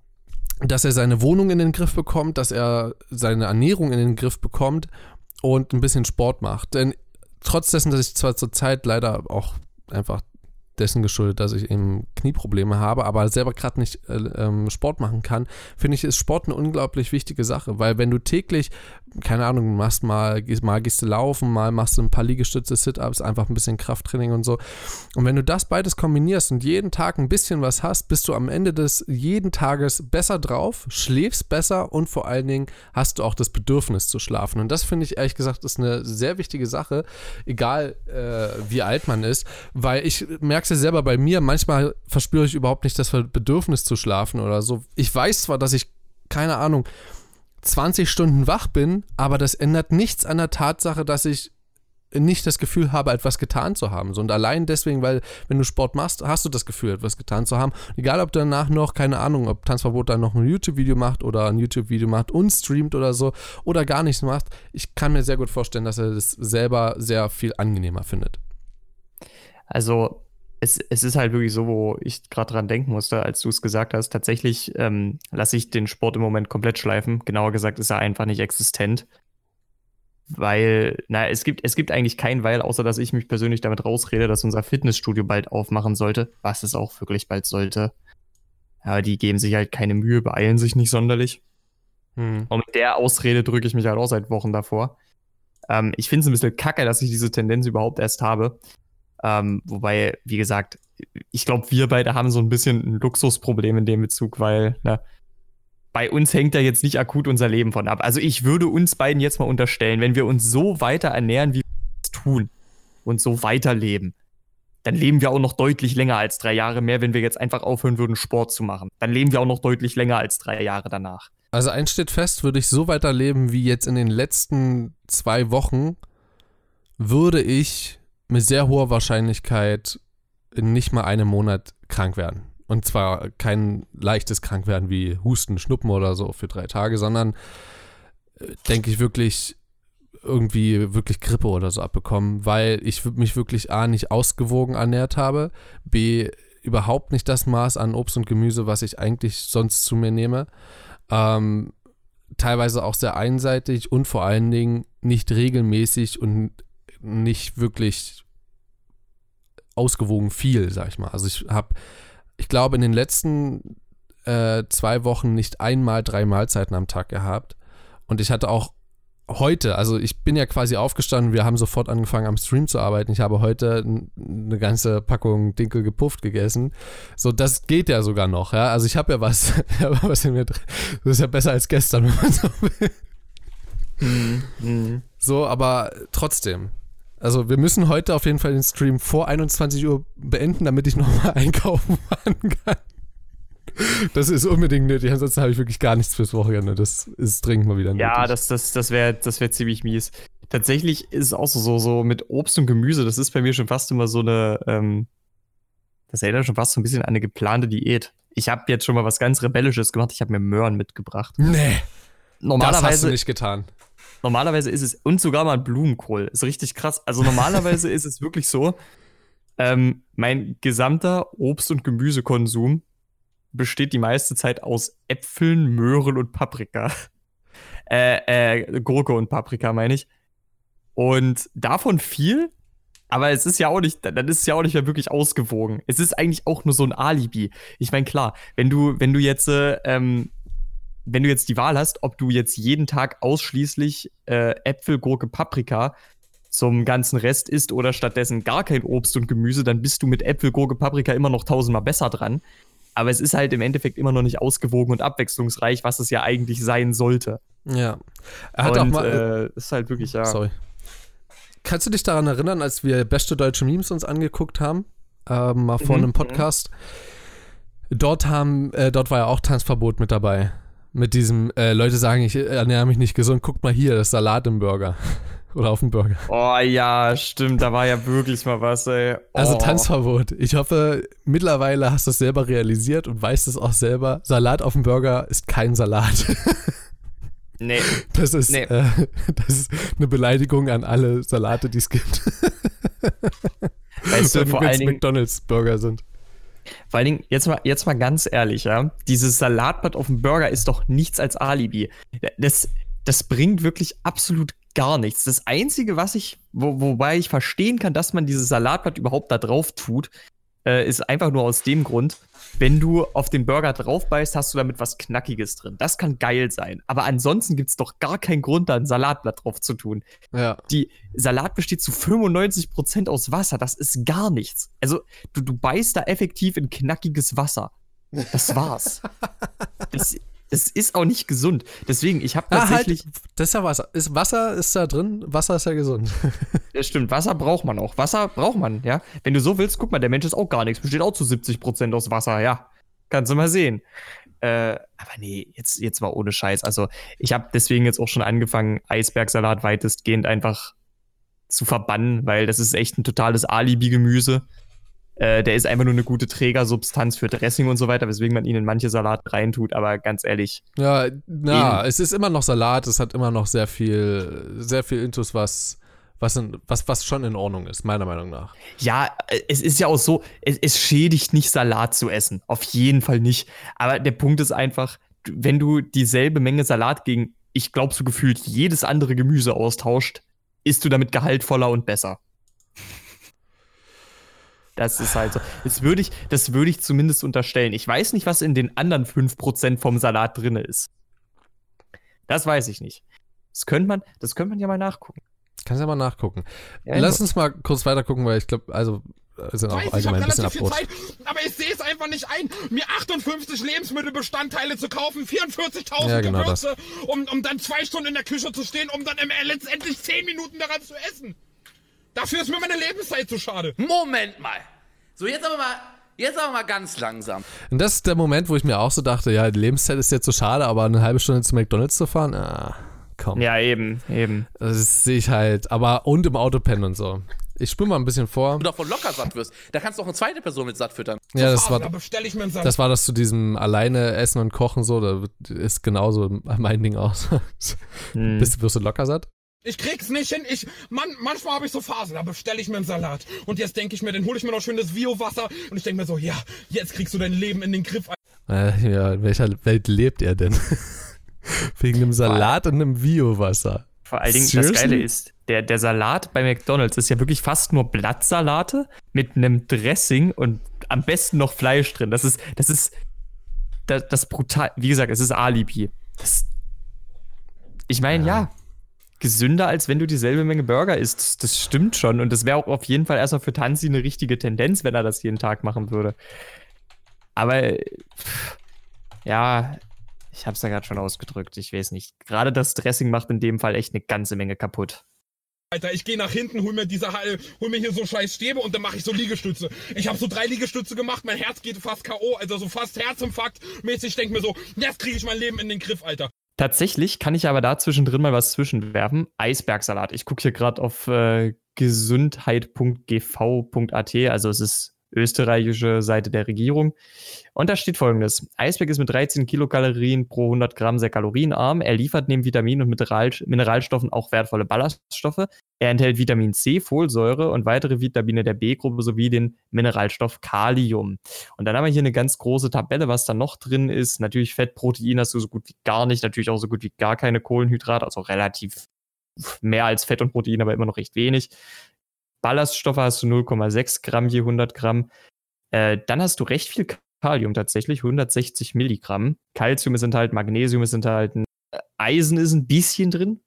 dass er seine Wohnung in den Griff bekommt, dass er seine Ernährung in den Griff bekommt und ein bisschen Sport macht. Denn trotz dessen, dass ich zwar zur Zeit leider auch einfach dessen geschuldet, dass ich eben Knieprobleme habe, aber selber gerade nicht äh, ähm, Sport machen kann, finde ich, ist Sport eine unglaublich wichtige Sache, weil wenn du täglich, keine Ahnung, machst mal, gehst, mal gehst du laufen, mal machst du ein paar Liegestütze, Sit-Ups, einfach ein bisschen Krafttraining und so, und wenn du das beides kombinierst und jeden Tag ein bisschen was hast, bist du am Ende des jeden Tages besser drauf, schläfst besser und vor allen Dingen hast du auch das Bedürfnis zu schlafen, und das finde ich ehrlich gesagt ist eine sehr wichtige Sache, egal äh, wie alt man ist, weil ich merke ja selber bei mir, manchmal verspüre ich überhaupt nicht das Bedürfnis zu schlafen oder so. Ich weiß zwar, dass ich, keine Ahnung, zwanzig Stunden wach bin, aber das ändert nichts an der Tatsache, dass ich nicht das Gefühl habe, etwas getan zu haben. So, und allein deswegen, weil wenn du Sport machst, hast du das Gefühl, etwas getan zu haben. Egal, ob du danach noch, keine Ahnung, ob Tanzverbot dann noch ein YouTube-Video macht oder ein YouTube-Video macht und streamt oder so oder gar nichts macht. Ich kann mir sehr gut vorstellen, dass er das selber sehr viel angenehmer findet. Also Es, es ist halt wirklich so, wo ich gerade dran denken musste, als du es gesagt hast. Tatsächlich ähm, lasse ich den Sport im Moment komplett schleifen. Genauer gesagt ist er einfach nicht existent. Weil, naja, es gibt, es gibt eigentlich kein Weil, außer dass ich mich persönlich damit rausrede, dass unser Fitnessstudio bald aufmachen sollte, was es auch wirklich bald sollte. Aber die geben sich halt keine Mühe, beeilen sich nicht sonderlich. Hm. Und mit der Ausrede drücke ich mich halt auch seit Wochen davor. Ähm, ich finde es ein bisschen kacke, dass ich diese Tendenz überhaupt erst habe. Ähm, wobei, wie gesagt, ich glaube, wir beide haben so ein bisschen ein Luxusproblem in dem Bezug, weil ne, bei uns hängt da jetzt nicht akut unser Leben von ab. Also ich würde uns beiden jetzt mal unterstellen, wenn wir uns so weiter ernähren, wie wir es tun und so weiterleben, dann leben wir auch noch deutlich länger als drei Jahre mehr, wenn wir jetzt einfach aufhören würden, Sport zu machen. Dann leben wir auch noch deutlich länger als drei Jahre danach. Also eins steht fest, würde ich so weiterleben wie jetzt in den letzten zwei Wochen, würde ich mit sehr hoher Wahrscheinlichkeit in nicht mal einem Monat krank werden. Und zwar kein leichtes Krankwerden wie Husten, Schnuppen oder so für drei Tage, sondern äh, denke ich wirklich irgendwie wirklich Grippe oder so abbekommen, weil ich mich wirklich A, nicht ausgewogen ernährt habe, B, überhaupt nicht das Maß an Obst und Gemüse, was ich eigentlich sonst zu mir nehme. Ähm, teilweise auch sehr einseitig und vor allen Dingen nicht regelmäßig und nicht wirklich ausgewogen viel, sag ich mal. Also ich habe, ich glaube, in den letzten äh, zwei Wochen nicht einmal drei Mahlzeiten am Tag gehabt. Und ich hatte auch heute, also ich bin ja quasi aufgestanden, wir haben sofort angefangen am Stream zu arbeiten. Ich habe heute n- eine ganze Packung Dinkel gepufft gegessen. So, das geht ja sogar noch, ja. Also ich habe ja was, ich hab was in mir drin. Das ist ja besser als gestern, wenn man so will. Mhm. Mhm. So, aber trotzdem. Also wir müssen heute auf jeden Fall den Stream vor einundzwanzig Uhr beenden, damit ich nochmal einkaufen fahren kann. Das ist unbedingt nötig, ansonsten habe ich wirklich gar nichts fürs Wochenende. Das ist dringend mal wieder nötig. Ja, das, das, das wäre das wär ziemlich mies. Tatsächlich ist es auch so, so, so mit Obst und Gemüse, das ist bei mir schon fast immer so eine, ähm, das erinnert schon fast so ein bisschen an eine geplante Diät. Ich habe jetzt schon mal was ganz Rebellisches gemacht, ich habe mir Möhren mitgebracht. Nee, Normalerweise, das hast du nicht getan. Normalerweise ist es, und sogar mal ein Blumenkohl, ist richtig krass. Also normalerweise ist es wirklich so, ähm, mein gesamter Obst- und Gemüsekonsum besteht die meiste Zeit aus Äpfeln, Möhren und Paprika. Äh, äh, Gurke und Paprika, meine ich. Und davon viel, aber es ist ja auch nicht, dann ist es ja auch nicht mehr wirklich ausgewogen. Es ist eigentlich auch nur so ein Alibi. Ich meine, klar, wenn du, wenn du jetzt, äh, ähm, wenn du jetzt die Wahl hast, ob du jetzt jeden Tag ausschließlich äh, Äpfel, Gurke, Paprika zum ganzen Rest isst oder stattdessen gar kein Obst und Gemüse, dann bist du mit Äpfel, Gurke, Paprika immer noch tausendmal besser dran. Aber es ist halt im Endeffekt immer noch nicht ausgewogen und abwechslungsreich, was es ja eigentlich sein sollte. Ja. Er hat und, auch mal. Äh, ist halt wirklich, ja. Sorry. Kannst du dich daran erinnern, als wir beste deutsche Memes uns angeguckt haben? Ähm, mal vor Mhm, einem Podcast. Dort haben, äh, dort war ja auch Tanzverbot mit dabei. Mit diesem, äh, Leute sagen, ich ernähre mich nicht gesund, guckt mal hier, das Salat im Burger. Oder auf dem Burger. Oh ja, stimmt, da war ja wirklich mal was, ey. Oh. Also Tanzverbot. Ich hoffe, mittlerweile hast du es selber realisiert und weißt es auch selber. Salat auf dem Burger ist kein Salat. Nee. Das ist, Nee. äh, das ist eine Beleidigung an alle Salate, die es gibt. Weißt du, vor Wenn allen es Dingen, McDonalds-Burger sind. vor allen Dingen, jetzt mal, jetzt mal ganz ehrlich, ja, dieses Salatblatt auf dem Burger ist doch nichts als Alibi. Das, das bringt wirklich absolut gar nichts. Das Einzige, was ich, wo, wobei ich verstehen kann, dass man dieses Salatblatt überhaupt da drauf tut, äh, ist einfach nur aus dem Grund, wenn du auf den Burger drauf beißt, hast du damit was Knackiges drin. Das kann geil sein. Aber ansonsten gibt es doch gar keinen Grund, da ein Salatblatt drauf zu tun. Ja. Die Salat besteht zu fünfundneunzig Prozent aus Wasser. Das ist gar nichts. Also, du, du beißt da effektiv in knackiges Wasser. Das war's. Das, das ist auch nicht gesund. Deswegen, ich habe tatsächlich. Ah, halt, das ist ja Wasser. Ist Wasser ist da drin? Wasser ist ja gesund. Das stimmt, Wasser braucht man auch. Wasser braucht man, ja. Wenn du so willst, guck mal, der Mensch ist auch gar nichts. Besteht auch zu siebzig Prozent aus Wasser, ja. Kannst du mal sehen. Äh, aber nee, jetzt, jetzt war ohne Scheiß. Also, ich habe deswegen jetzt auch schon angefangen, Eisbergsalat weitestgehend einfach zu verbannen, weil das ist echt ein totales Alibi-Gemüse. Äh, der ist einfach nur eine gute Trägersubstanz für Dressing und so weiter, weswegen man ihn in manche Salate reintut, aber ganz ehrlich. Ja, na, es ist immer noch Salat, es hat immer noch sehr viel, sehr viel Intus, was, was, in, was, was schon in Ordnung ist, meiner Meinung nach. Ja, es ist ja auch so, es, es schädigt nicht, Salat zu essen. Auf jeden Fall nicht. Aber der Punkt ist einfach, wenn du dieselbe Menge Salat gegen, ich glaube, so gefühlt jedes andere Gemüse austauscht, isst du damit gehaltvoller und besser. Das ist halt so. Das würde ich, das würde ich zumindest unterstellen. Ich weiß nicht, was in den anderen fünf Prozent vom Salat drin ist. Das weiß ich nicht. Das könnte man, das könnte man ja mal nachgucken. Kannst ja mal nachgucken. Ja, Lass uns mal kurz weiter gucken, weil ich glaube, also wir sind Ich auch weiß, ich allgemein habe ein bisschen relativ viel abrutscht. Zeit, aber ich sehe es einfach nicht ein, mir achtundfünfzig Lebensmittelbestandteile zu kaufen, vierundvierzigtausend Ja, genau Gewürze, um, um dann zwei Stunden in der Küche zu stehen, um dann im, äh, letztendlich zehn Minuten daran zu essen. Dafür ist mir meine Lebenszeit zu schade. Moment mal. So, jetzt aber mal, jetzt aber mal ganz langsam. Und das ist der Moment, wo ich mir auch so dachte, ja, die Lebenszeit ist jetzt so schade, aber eine halbe Stunde zu McDonalds zu fahren, ah, komm. Ja, eben, eben. Das sehe ich halt, aber und im Auto pennen und so. Ich spüre mal ein bisschen vor. Wenn du davon locker satt wirst, da kannst du auch eine zweite Person mit satt füttern. Ja, das war, Da bestelle ich mir einen Salat. das war das zu diesem alleine essen und kochen so, da ist genauso mein Ding aus. Hm. Bist, wirst du locker satt? Ich krieg's nicht hin. Ich, Mann, manchmal habe ich so Phasen, da bestelle ich mir einen Salat. Und jetzt denke ich mir, dann hole ich mir noch schönes Bio-Wasser. Und ich denke mir so, ja, jetzt kriegst du dein Leben in den Griff. Äh, ja, in welcher Welt lebt er denn? Wegen einem Salat und einem Bio-Wasser. Vor allen Dingen, Seriously? das Geile ist, der, der Salat bei McDonald's ist ja wirklich fast nur Blattsalate mit einem Dressing und am besten noch Fleisch drin. Das ist, das ist, das, das brutal. Wie gesagt, es ist Alibi. Das, ich meine, ja. ja, gesünder, als wenn du dieselbe Menge Burger isst. Das stimmt schon. Und das wäre auch auf jeden Fall erstmal für Tanzi eine richtige Tendenz, wenn er das jeden Tag machen würde. Aber, pff, ja, ich hab's ja gerade schon ausgedrückt. Ich weiß nicht. Gerade das Dressing macht in dem Fall echt eine ganze Menge kaputt. Alter, ich gehe nach hinten, hol mir diese Halle, hol mir hier so scheiß Stäbe und dann mache ich so Liegestütze. Ich habe so drei Liegestütze gemacht, mein Herz geht fast K O, also so fast Herzinfarkt mäßig. Ich denk mir so, jetzt kriege ich mein Leben in den Griff, Alter. Tatsächlich kann ich aber da zwischendrin mal was zwischenwerfen. Eisbergsalat. Ich gucke hier gerade auf äh, gesundheit punkt g v punkt a t, also es ist österreichische Seite der Regierung. Und da steht Folgendes. Eisberg ist mit dreizehn Kilokalorien pro hundert Gramm sehr kalorienarm. Er liefert neben Vitaminen und Mineral- Mineralstoffen auch wertvolle Ballaststoffe. Er enthält Vitamin C, Folsäure und weitere Vitamine der B-Gruppe sowie den Mineralstoff Kalium. Und dann haben wir hier eine ganz große Tabelle, was da noch drin ist. Natürlich Fett, Protein hast du so gut wie gar nicht. Natürlich auch so gut wie gar keine Kohlenhydrate. Also relativ mehr als Fett und Protein, aber immer noch recht wenig. Ballaststoffe hast du null Komma sechs Gramm je hundert Gramm. Äh, dann hast du recht viel Kalium tatsächlich, hundertsechzig Milligramm. Calcium ist enthalten, Magnesium ist enthalten, Eisen ist ein bisschen drin.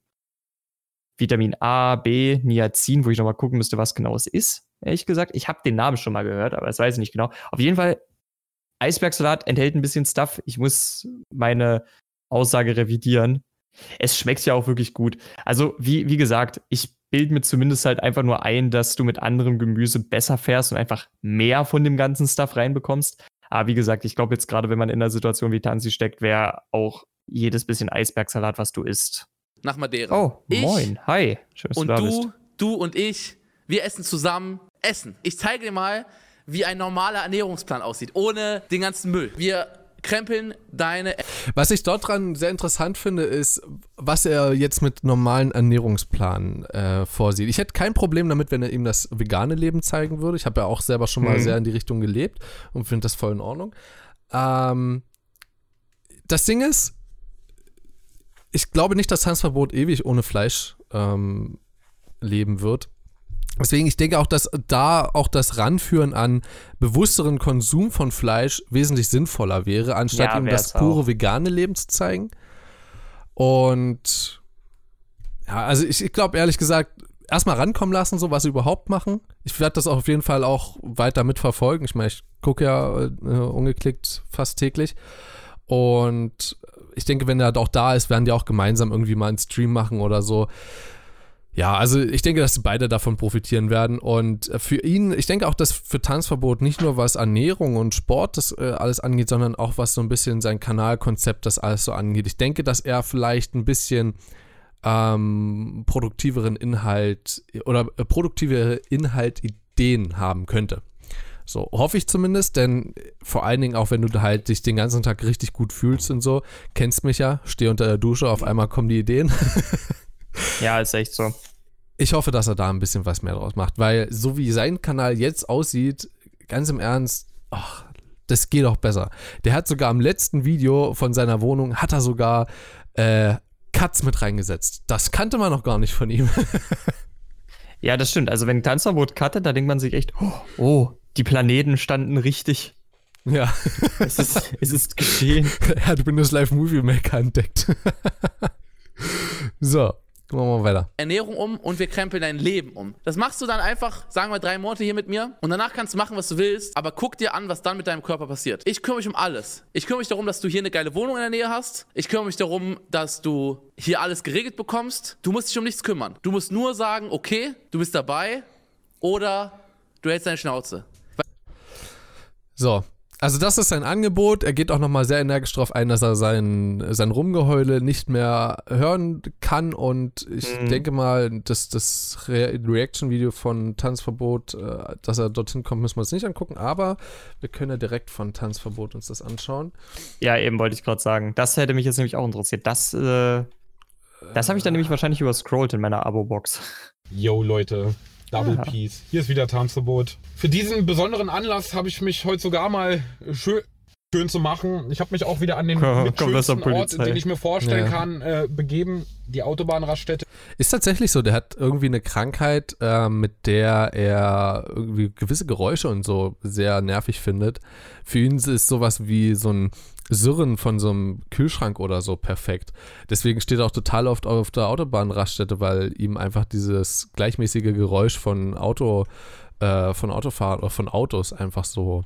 Vitamin A, B, Niacin, wo ich nochmal gucken müsste, was genau es ist, ehrlich gesagt. Ich habe den Namen schon mal gehört, aber das weiß ich nicht genau. Auf jeden Fall, Eisbergsalat enthält ein bisschen Stuff. Ich muss meine Aussage revidieren. Es schmeckt ja auch wirklich gut. Also, wie, wie gesagt, ich bilde mir zumindest halt einfach nur ein, dass du mit anderem Gemüse besser fährst und einfach mehr von dem ganzen Stuff reinbekommst. Aber wie gesagt, ich glaube jetzt gerade, wenn man in einer Situation wie Tanzi steckt, wäre auch jedes bisschen Eisbergsalat, was du isst. Nach Madeira. Oh, ich moin. Hi. Schön, dass und du da du, bist. du und ich, wir essen zusammen Essen. Ich zeige dir mal, wie ein normaler Ernährungsplan aussieht, ohne den ganzen Müll. Wir krempeln deine... Was ich dort dran sehr interessant finde, ist, was er jetzt mit normalen Ernährungsplan äh, vorsieht. Ich hätte kein Problem damit, wenn er ihm das vegane Leben zeigen würde. Ich habe ja auch selber schon mal Mhm. sehr in die Richtung gelebt und finde das voll in Ordnung. Ähm, das Ding ist, ich glaube nicht, dass Tanzverbot ewig ohne Fleisch ähm, leben wird. Deswegen, ich denke auch, dass da auch das Ranführen an bewussteren Konsum von Fleisch wesentlich sinnvoller wäre, anstatt Ja, ihm wär's das pure auch. vegane Leben zu zeigen. Und ja, also ich, ich glaube ehrlich gesagt, erstmal rankommen lassen, so was sie überhaupt machen. Ich werde das auch auf jeden Fall auch weiter mitverfolgen. Ich meine, ich gucke ja äh, ungeklickt fast täglich. Und ich denke, wenn er auch da ist, werden die auch gemeinsam irgendwie mal einen Stream machen oder so. Ja, also ich denke, dass die beide davon profitieren werden und für ihn, ich denke auch, dass für Tanzverbot nicht nur was Ernährung und Sport das äh, alles angeht, sondern auch was so ein bisschen sein Kanalkonzept das alles so angeht. Ich denke, dass er vielleicht ein bisschen ähm, produktiveren Inhalt oder äh, produktive Inhaltideen haben könnte. So, hoffe ich zumindest, denn vor allen Dingen auch, wenn du halt dich den ganzen Tag richtig gut fühlst und so, kennst mich ja, stehe unter der Dusche, auf einmal kommen die Ideen. Ja, ist echt so. Ich hoffe, dass er da ein bisschen was mehr draus macht, weil so wie sein Kanal jetzt aussieht, ganz im Ernst, ach, das geht auch besser. Der hat sogar im letzten Video von seiner Wohnung, hat er sogar äh, Cuts mit reingesetzt. Das kannte man noch gar nicht von ihm. Ja, das stimmt. Also wenn Tanzverbot cuttet, da denkt man sich echt, oh, oh, die Planeten standen richtig. Ja. Es ist, es ist geschehen. Er hat Windows Live Movie Maker entdeckt. So. Machen wir mal weiter. Ernährung um und wir krempeln dein Leben um. Das machst du dann einfach, sagen wir drei Monate hier mit mir und danach kannst du machen, was du willst, aber guck dir an, was dann mit deinem Körper passiert. Ich kümmere mich um alles. Ich kümmere mich darum, dass du hier eine geile Wohnung in der Nähe hast. Ich kümmere mich darum, dass du hier alles geregelt bekommst. Du musst dich um nichts kümmern. Du musst nur sagen, okay, du bist dabei oder du hältst deine Schnauze. So. Also das ist sein Angebot. Er geht auch nochmal sehr energisch darauf ein, dass er sein, sein Rumgeheule nicht mehr hören kann. Und ich Mhm. denke mal, dass das Re- Reaction-Video von Tanzverbot, äh, dass er dorthin kommt, müssen wir uns nicht angucken. Aber wir können ja direkt von Tanzverbot uns das anschauen. Ja, eben wollte ich gerade sagen. Das hätte mich jetzt nämlich auch interessiert. Das, äh, Das habe ich dann nämlich wahrscheinlich überscrollt in meiner Abo-Box. Yo, Leute. Double Ja. Peace. Hier ist wieder Tanzverbot. Für diesen besonderen Anlass habe ich mich heute sogar mal schön, schön zu machen. Ich habe mich auch wieder an den Komm, mit komm, schönsten Polizei. Ort, den ich mir vorstellen Ja. kann, äh, begeben. Die Autobahnraststätte. Ist tatsächlich so, der hat irgendwie eine Krankheit, äh, mit der er irgendwie gewisse Geräusche und so sehr nervig findet. Für ihn ist sowas wie so ein Surren von so einem Kühlschrank oder so perfekt. Deswegen steht er auch total oft auf der Autobahnraststätte, weil ihm einfach dieses gleichmäßige Geräusch von Auto, äh, von Autofahren oder von Autos einfach so,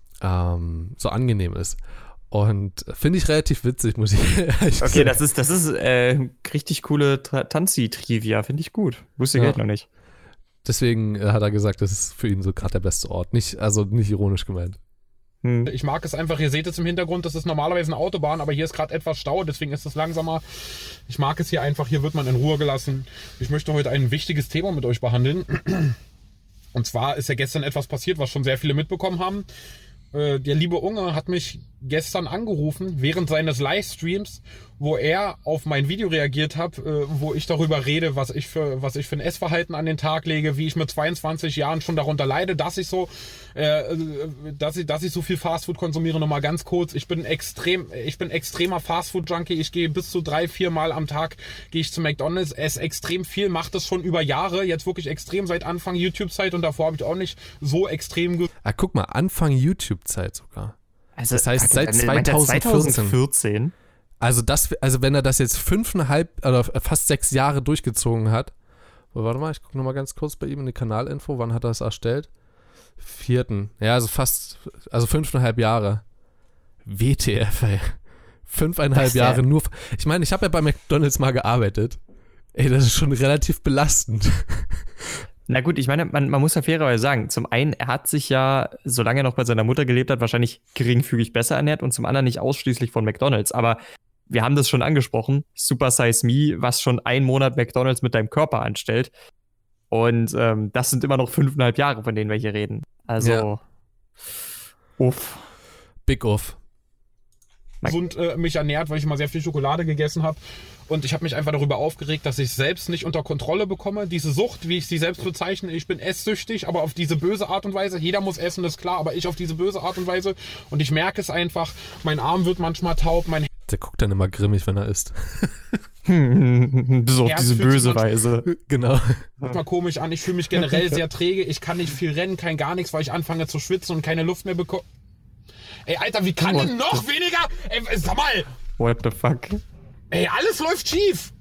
ähm, so angenehm ist. Und finde ich relativ witzig, muss ich ehrlich Okay, sagen. das ist, das ist äh, richtig coole Tra- Tanzi-Trivia, finde ich gut. Wusste ich Ja. echt noch nicht. Deswegen äh, hat er gesagt, das ist für ihn so gerade der beste Ort. Nicht, also nicht ironisch gemeint. Hm. Ich mag es einfach, ihr seht es im Hintergrund, das ist normalerweise eine Autobahn, aber hier ist gerade etwas Stau, deswegen ist es langsamer. Ich mag es hier einfach, hier wird man in Ruhe gelassen. Ich möchte heute ein wichtiges Thema mit euch behandeln. Und zwar ist ja gestern etwas passiert, was schon sehr viele mitbekommen haben. Äh, der liebe Unge hat mich gestern angerufen, während seines Livestreams, wo er auf mein Video reagiert hat, äh, wo ich darüber rede, was ich für was ich für ein Essverhalten an den Tag lege, wie ich mit zweiundzwanzig Jahren schon darunter leide, dass ich so, äh, dass ich, dass ich so viel Fastfood konsumiere. Nochmal ganz kurz: Ich bin extrem, ich bin extremer Fastfood-Junkie. Ich gehe bis zu drei, vier Mal am Tag gehe ich zu McDonald's, esse extrem viel, mache das schon über Jahre, jetzt wirklich extrem seit Anfang YouTube-Zeit, und davor habe ich auch nicht so extrem ge Ah, guck mal, Anfang YouTube-Zeit sogar. Also, Das heißt, seit meint er zweitausendvierzehn. zweitausendvierzehn? Also das, also wenn er das jetzt fünfeinhalb oder fast sechs Jahre durchgezogen hat. Oh, warte mal, ich gucke nochmal ganz kurz bei ihm in die Kanalinfo. Wann hat er das erstellt? Vierten. Ja, also fast, also fünfeinhalb Jahre. W T F, ey. Fünfeinhalb Das ist ja- Jahre nur. Ich meine, ich habe ja bei McDonald's mal gearbeitet. Ey, das ist schon relativ belastend. Na gut, ich meine, man, man muss ja fairerweise sagen, zum einen, er hat sich ja, solange er noch bei seiner Mutter gelebt hat, wahrscheinlich geringfügig besser ernährt, und zum anderen nicht ausschließlich von McDonald's. Aber wir haben das schon angesprochen, Super Size Me, was schon einen Monat McDonald's mit deinem Körper anstellt. Und ähm, das sind immer noch fünfeinhalb Jahre, von denen wir hier reden. Also, Ja. uff. Big off. gesund äh, mich ernährt, weil ich immer sehr viel Schokolade gegessen habe. Und ich habe mich einfach darüber aufgeregt, dass ich es selbst nicht unter Kontrolle bekomme. Diese Sucht, wie ich sie selbst bezeichne, ich bin esssüchtig, aber auf diese böse Art und Weise. Jeder muss essen, das ist klar, aber ich auf diese böse Art und Weise. Und ich merke es einfach, mein Arm wird manchmal taub, mein Der guckt dann immer grimmig, wenn er isst. Bis auf Herz diese fühlt sich böse manchmal- Weise. Genau. Herz mal komisch an, ich fühle mich generell sehr träge. Ich kann nicht viel rennen, kein gar nichts, weil ich anfange zu schwitzen und keine Luft mehr bekomme. Ey, Alter, wie kann denn noch weniger? Ey, sag mal, What the fuck? ey, alles läuft schief.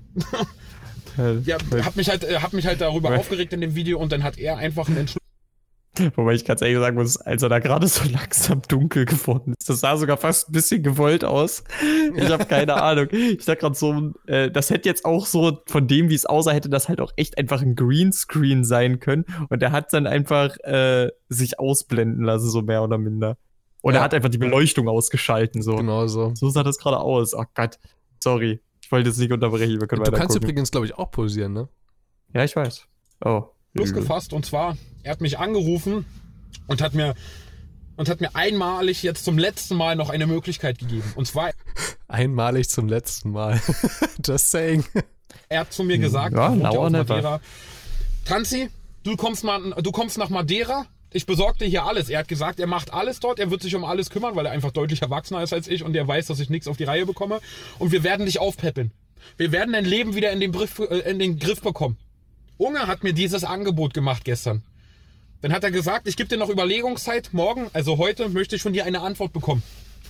Ja, hab mich halt, äh, hab mich halt darüber aufgeregt in dem Video, und dann hat er einfach einen Entschluss Wobei ich ganz ehrlich sagen muss, als er da gerade so langsam dunkel geworden ist, das sah sogar fast ein bisschen gewollt aus. Ich habe keine Ahnung. Ich dachte gerade so, äh, das hätte jetzt auch so von dem, wie es aussah, hätte das halt auch echt einfach ein Greenscreen sein können. Und er hat dann einfach äh, sich ausblenden lassen, so mehr oder minder. Und Ja. er hat einfach die Beleuchtung ausgeschalten, so. Genau so. So sah das gerade aus. Oh Gott, sorry. Ich wollte jetzt nicht unterbrechen, wir können Du weiter kannst gucken. übrigens, glaube ich, auch posieren, ne? Ja, ich weiß. Oh. übel. gefasst, und zwar, er hat mich angerufen und hat mir und hat mir einmalig jetzt zum letzten Mal noch eine Möglichkeit gegeben. Und zwar, Einmalig zum letzten Mal. Just saying. er hat zu mir gesagt, Ja, er wohnt now or aus never. Madeira, Tanzi, du kommst mal, du kommst nach Madeira. Ich besorge dir hier alles. Er hat gesagt, er macht alles dort, er wird sich um alles kümmern, weil er einfach deutlich erwachsener ist als ich, und er weiß, dass ich nichts auf die Reihe bekomme. Und wir werden dich aufpeppeln. Wir werden dein Leben wieder in den, Griff, äh, in den Griff bekommen. Unge hat mir dieses Angebot gemacht gestern. Dann hat er gesagt, ich gebe dir noch Überlegungszeit. Morgen, also heute, möchte ich von dir eine Antwort bekommen.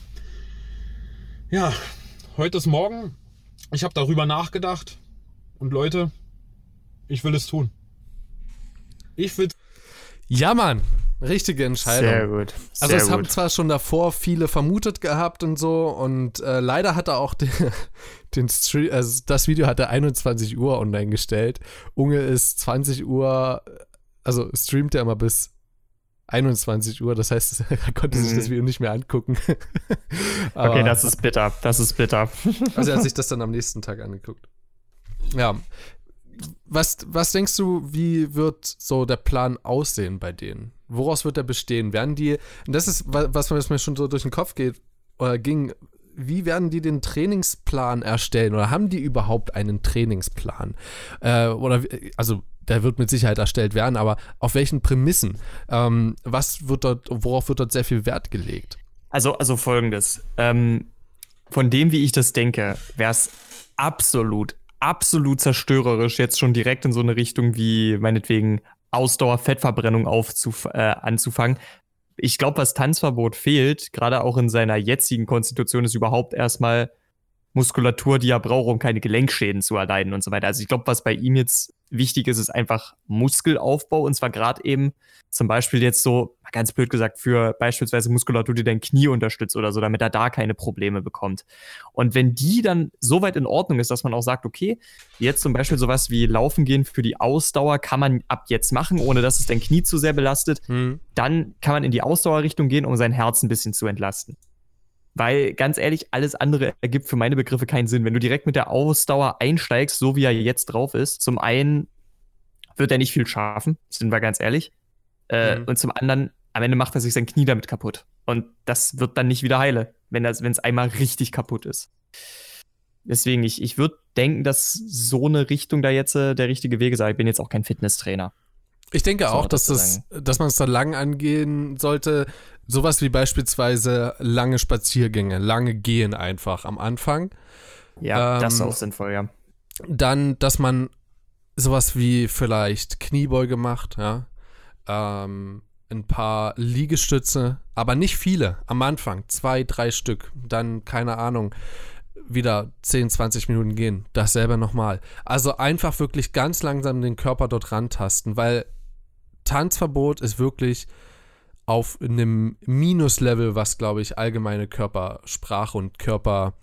Ja, heute ist morgen. Ich habe darüber nachgedacht. Und Leute, ich will es tun. Ich will Ja, Mann. Richtige Entscheidung. Sehr gut. Sehr Also es haben gut. zwar schon davor viele vermutet gehabt und so, und äh, leider hat er auch den, den Stream, also das Video hat er einundzwanzig Uhr online gestellt. Unge ist zwanzig Uhr, also streamt er immer bis einundzwanzig Uhr, das heißt, er konnte sich Mhm. das Video nicht mehr angucken. Okay, Aber- das ist bitter. Das ist bitter. Also er hat sich das dann am nächsten Tag angeguckt. Ja. Was, was denkst du, wie wird so der Plan aussehen bei denen? Woraus wird er bestehen? Werden die, und das ist, wa- was mir was mir schon so durch den Kopf geht, oder ging, wie werden die den Trainingsplan erstellen oder haben die überhaupt einen Trainingsplan? Äh, oder, also, der wird mit Sicherheit erstellt werden, aber auf welchen Prämissen? Ähm, was wird dort, worauf wird dort sehr viel Wert gelegt? Also, also folgendes. Ähm, von dem, wie ich das denke, wäre es absolut, absolut zerstörerisch, jetzt schon direkt in so eine Richtung wie meinetwegen Ausdauer, Fettverbrennung aufzuf- äh, anzufangen. Ich glaube, was Tanzverbot fehlt, gerade auch in seiner jetzigen Konstitution, ist überhaupt erstmal Muskulatur, die er braucht, um keine Gelenkschäden zu erleiden und so weiter. Also ich glaube, was bei ihm jetzt wichtig ist, ist einfach Muskelaufbau, und zwar gerade eben zum Beispiel jetzt so, ganz blöd gesagt, für beispielsweise Muskulatur, die dein Knie unterstützt oder so, damit er da keine Probleme bekommt. Und wenn die dann so weit in Ordnung ist, dass man auch sagt, okay, jetzt zum Beispiel sowas wie Laufen gehen für die Ausdauer kann man ab jetzt machen, ohne dass es dein Knie zu sehr belastet, hm. dann kann man in die Ausdauerrichtung gehen, um sein Herz ein bisschen zu entlasten. Weil, ganz ehrlich, alles andere ergibt für meine Begriffe keinen Sinn. Wenn du direkt mit der Ausdauer einsteigst, so wie er jetzt drauf ist, zum einen wird er nicht viel schaffen, sind wir ganz ehrlich. Äh, mhm. Und zum anderen, am Ende macht er sich sein Knie damit kaputt. Und das wird dann nicht wieder heile, wenn es einmal richtig kaputt ist. Deswegen, ich, ich würde denken, dass so eine Richtung da jetzt äh, der richtige Weg ist. Aber ich bin jetzt auch kein Fitnesstrainer. Ich denke auch, dass, das, dass man es da lang angehen sollte. Sowas wie beispielsweise lange Spaziergänge, lange Gehen einfach am Anfang. Ja, ähm, das ist auch sinnvoll, ja. Dann, dass man sowas wie vielleicht Kniebeuge macht, ja. Ähm, ein paar Liegestütze, aber nicht viele am Anfang. Zwei, drei Stück. Dann, keine Ahnung, wieder zehn, zwanzig Minuten gehen. Dasselbe nochmal. Also einfach wirklich ganz langsam den Körper dort rantasten, weil Tanzverbot ist wirklich auf einem Minuslevel, was, glaube ich, allgemeine Körpersprache und Körper,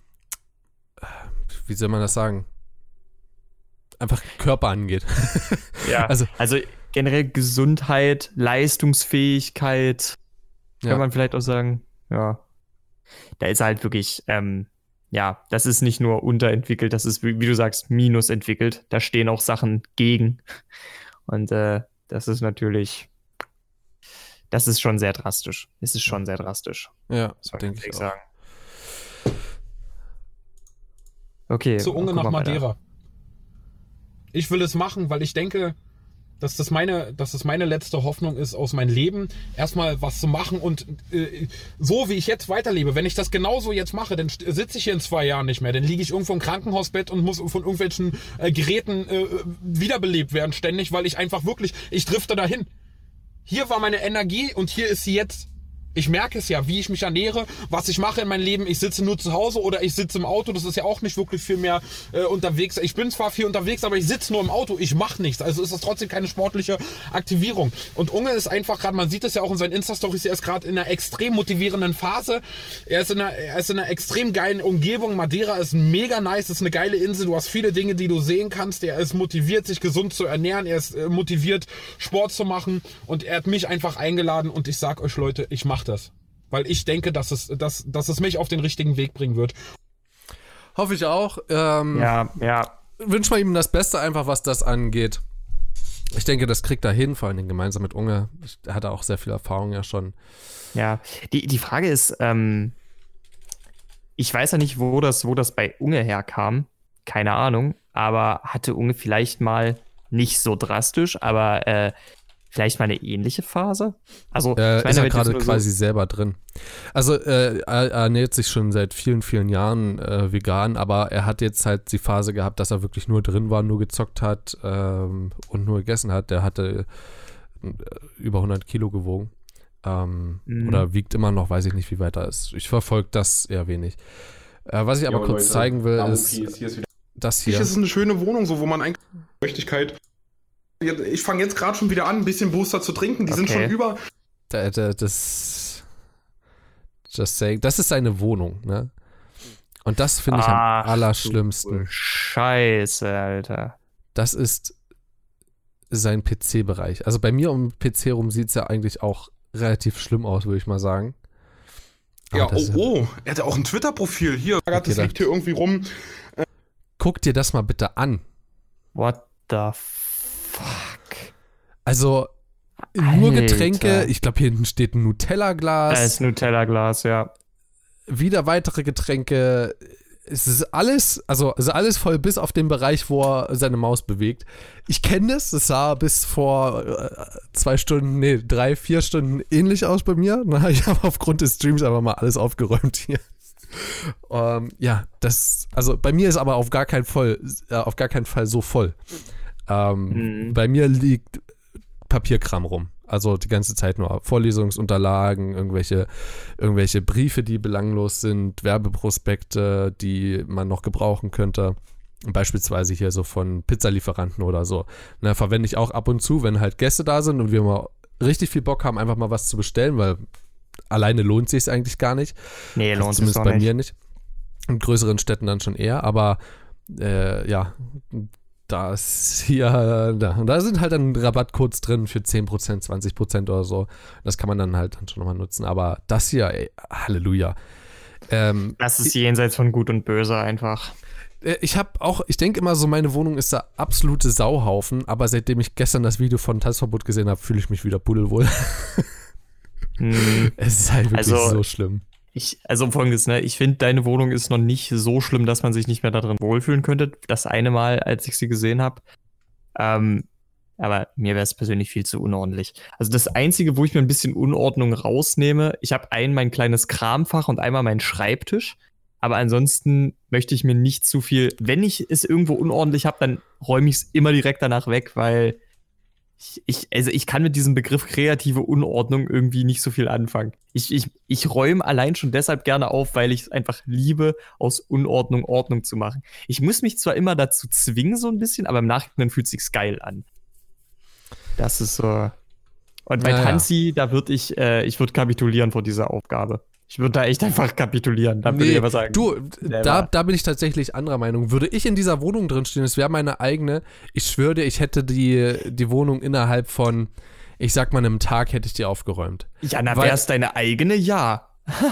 wie soll man das sagen? Einfach Körper angeht. Ja, also, also generell Gesundheit, Leistungsfähigkeit, kann ja. man vielleicht auch sagen. Ja, da ist halt wirklich, ähm, ja, das ist nicht nur unterentwickelt, das ist, wie, wie du sagst, minusentwickelt. Da stehen auch Sachen gegen. Und äh, das ist natürlich, das ist schon sehr drastisch. Es ist schon sehr drastisch. Ja, denke ich sagen. Okay. Zu Unge nach Madeira. Ich will es machen, weil ich denke, dass das meine, dass das meine letzte Hoffnung ist aus meinem Leben, erstmal was zu machen und äh, so wie ich jetzt weiterlebe, wenn ich das genauso jetzt mache, dann sitze ich hier in zwei Jahren nicht mehr, dann liege ich irgendwo im Krankenhausbett und muss von irgendwelchen äh, Geräten äh, wiederbelebt werden ständig, weil ich einfach wirklich, ich drifte dahin. Hier war meine Energie und hier ist sie jetzt. Ich merke es ja, wie ich mich ernähre, was ich mache in meinem Leben. Ich sitze nur zu Hause oder ich sitze im Auto. Das ist ja auch nicht wirklich viel mehr äh, unterwegs. Ich bin zwar viel unterwegs, aber ich sitze nur im Auto. Ich mache nichts. Also ist das trotzdem keine sportliche Aktivierung. Und Unge ist einfach gerade, man sieht es ja auch in seinen Insta-Stories, er ist gerade in einer extrem motivierenden Phase. Er ist in einer, er ist in einer extrem geilen Umgebung. Madeira ist mega nice, ist eine geile Insel. Du hast viele Dinge, die du sehen kannst. Er ist motiviert, sich gesund zu ernähren. Er ist äh, motiviert, Sport zu machen. Und er hat mich einfach eingeladen. Und ich sag euch, Leute, ich mache das. Weil ich denke, dass es, dass, dass es mich auf den richtigen Weg bringen wird. Hoffe ich auch. Ähm, ja, ja. Wünschen wir ihm das Beste einfach, was das angeht. Ich denke, das kriegt er hin, vor allem gemeinsam mit Unge. Er hat auch sehr viel Erfahrung ja schon. Ja, die, die Frage ist, ähm, ich weiß ja nicht, wo das, wo das bei Unge herkam. Keine Ahnung. Aber hatte Unge vielleicht mal nicht so drastisch, aber äh, vielleicht mal eine ähnliche Phase? Also, äh, ich meine, ist er gerade so quasi selber drin. Also, äh, er ernährt sich schon seit vielen, vielen Jahren äh, vegan, aber er hat jetzt halt die Phase gehabt, dass er wirklich nur drin war, nur gezockt hat ähm, und nur gegessen hat. Der hatte äh, über hundert Kilo gewogen. Ähm, mhm. Oder wiegt immer noch, weiß ich nicht, wie weit er ist. Ich verfolge das eher wenig. Äh, was ich aber jo, kurz Leute, zeigen will, ist, ist hier das hier. Das ist eine schöne Wohnung, so wo man eigentlich Möglichkeit. Ich fange jetzt gerade schon wieder an, ein bisschen Booster zu trinken. Die okay. sind schon über. Da, da, das, just saying, das ist seine Wohnung, ne? Und das finde ich Ach, am allerschlimmsten. Scheiße, Alter. Das ist sein P C-Bereich. Also bei mir um den P C rum sieht es ja eigentlich auch relativ schlimm aus, würde ich mal sagen. Aber ja, oh, oh, er hat ja auch ein Twitter-Profil. Hier, okay, das liegt hier irgendwie rum. Guck dir das mal bitte an. What the fuck? Also, nur Alter. Getränke. Ich glaube, hier hinten steht ein Nutella-Glas. Da ist Nutella-Glas, ja. wieder weitere Getränke. Es ist alles, also, also alles voll bis auf den Bereich, wo er seine Maus bewegt. Ich kenne das, es sah bis vor äh, zwei Stunden, nee, drei, vier Stunden ähnlich aus bei mir. Na, ich habe aufgrund des Streams einfach mal alles aufgeräumt hier. ähm, ja, das, also bei mir ist aber auf gar keinen Fall, äh, auf gar keinen Fall so voll. Ähm, mhm. Bei mir liegt Papierkram rum. Also die ganze Zeit nur Vorlesungsunterlagen, irgendwelche, irgendwelche Briefe, die belanglos sind, Werbeprospekte, die man noch gebrauchen könnte. Beispielsweise hier so von Pizzalieferanten oder so. Ne, verwende ich auch ab und zu, wenn halt Gäste da sind und wir mal richtig viel Bock haben, einfach mal was zu bestellen, weil alleine lohnt sich es eigentlich gar nicht. Nee, lohnt also zumindest bei nicht. mir nicht. In größeren Städten dann schon eher, aber äh, ja, da ist hier, da, und da sind halt dann Rabattcodes drin für zehn Prozent, zwanzig Prozent oder so. Das kann man dann halt dann schon nochmal nutzen. Aber das hier, ey, Halleluja. Ähm, das ist jenseits von Gut und Böse einfach. Ich habe auch, ich denke immer so, meine Wohnung ist der absolute Sauhaufen, aber seitdem ich gestern das Video von Tanzverbot gesehen habe, fühle ich mich wieder pudelwohl. hm. Es ist halt wirklich also, so schlimm. Ich, also folgendes, ne, ich finde, deine Wohnung ist noch nicht so schlimm, dass man sich nicht mehr darin wohlfühlen könnte. Das eine Mal, als ich sie gesehen habe. Ähm, aber mir wäre es persönlich viel zu unordentlich. Also das Einzige, wo ich mir ein bisschen Unordnung rausnehme, ich habe ein mein kleines Kramfach und einmal meinen Schreibtisch. Aber ansonsten möchte ich mir nicht zu viel, wenn ich es irgendwo unordentlich habe, dann räume ich es immer direkt danach weg, weil Ich, ich, also ich kann mit diesem Begriff kreative Unordnung irgendwie nicht so viel anfangen. Ich, ich, ich räume allein schon deshalb gerne auf, weil ich es einfach liebe, aus Unordnung Ordnung zu machen. Ich muss mich zwar immer dazu zwingen, so ein bisschen, aber im Nachhinein fühlt es sich geil an. Das ist so. Und bei ja, Tanzi, ja. da würde ich, äh, ich würde kapitulieren vor dieser Aufgabe. Ich würde da echt einfach kapitulieren. Da nee, würde ich aber sagen. Du, da, da bin ich tatsächlich anderer Meinung. Würde ich in dieser Wohnung drinstehen, es wäre meine eigene, ich schwöre dir, ich hätte die, die Wohnung innerhalb von, ich sag mal, einem Tag hätte ich die aufgeräumt. Ja, na, wäre es deine eigene? Ja.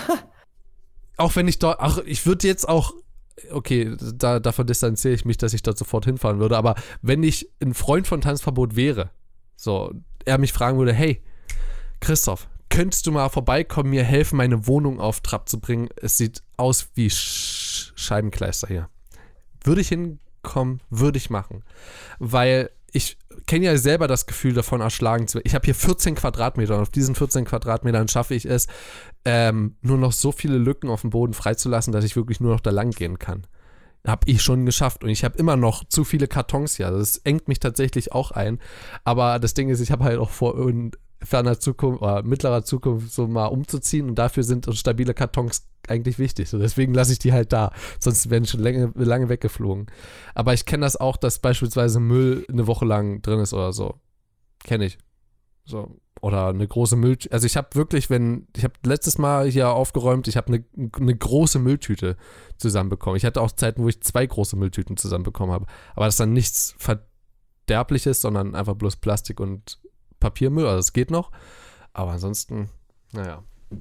Auch wenn ich dort, ach, ich würde jetzt auch, okay, da, davon distanziere ich mich, dass ich dort sofort hinfahren würde, aber wenn ich ein Freund von Tanzverbot wäre, so, er mich fragen würde, hey, Christoph, könntest du mal vorbeikommen, mir helfen, meine Wohnung auf Trab zu bringen? Es sieht aus wie Sch- Scheibenkleister hier. Würde ich hinkommen, würde ich machen. Weil ich kenne ja selber das Gefühl davon, erschlagen zu werden. Ich habe hier vierzehn Quadratmeter und auf diesen vierzehn Quadratmetern schaffe ich es, ähm, nur noch so viele Lücken auf dem Boden freizulassen, dass ich wirklich nur noch da lang gehen kann. Habe ich schon geschafft und ich habe immer noch zu viele Kartons hier. Das engt mich tatsächlich auch ein. Aber das Ding ist, ich habe halt auch vor in ferner Zukunft oder mittlerer Zukunft so mal umzuziehen und dafür sind uns stabile Kartons eigentlich wichtig. So, deswegen lasse ich die halt da. Sonst werden schon lange, lange weggeflogen. Aber ich kenne das auch, dass beispielsweise Müll eine Woche lang drin ist oder so. Kenne ich. So. Oder eine große Mülltüte. Also ich habe wirklich, wenn, ich habe letztes Mal hier aufgeräumt, ich habe eine, eine große Mülltüte zusammenbekommen. Ich hatte auch Zeiten, wo ich zwei große Mülltüten zusammenbekommen habe. Aber das ist dann nichts Verderbliches, sondern einfach bloß Plastik und Papiermüll. Also es geht noch. Aber ansonsten, naja.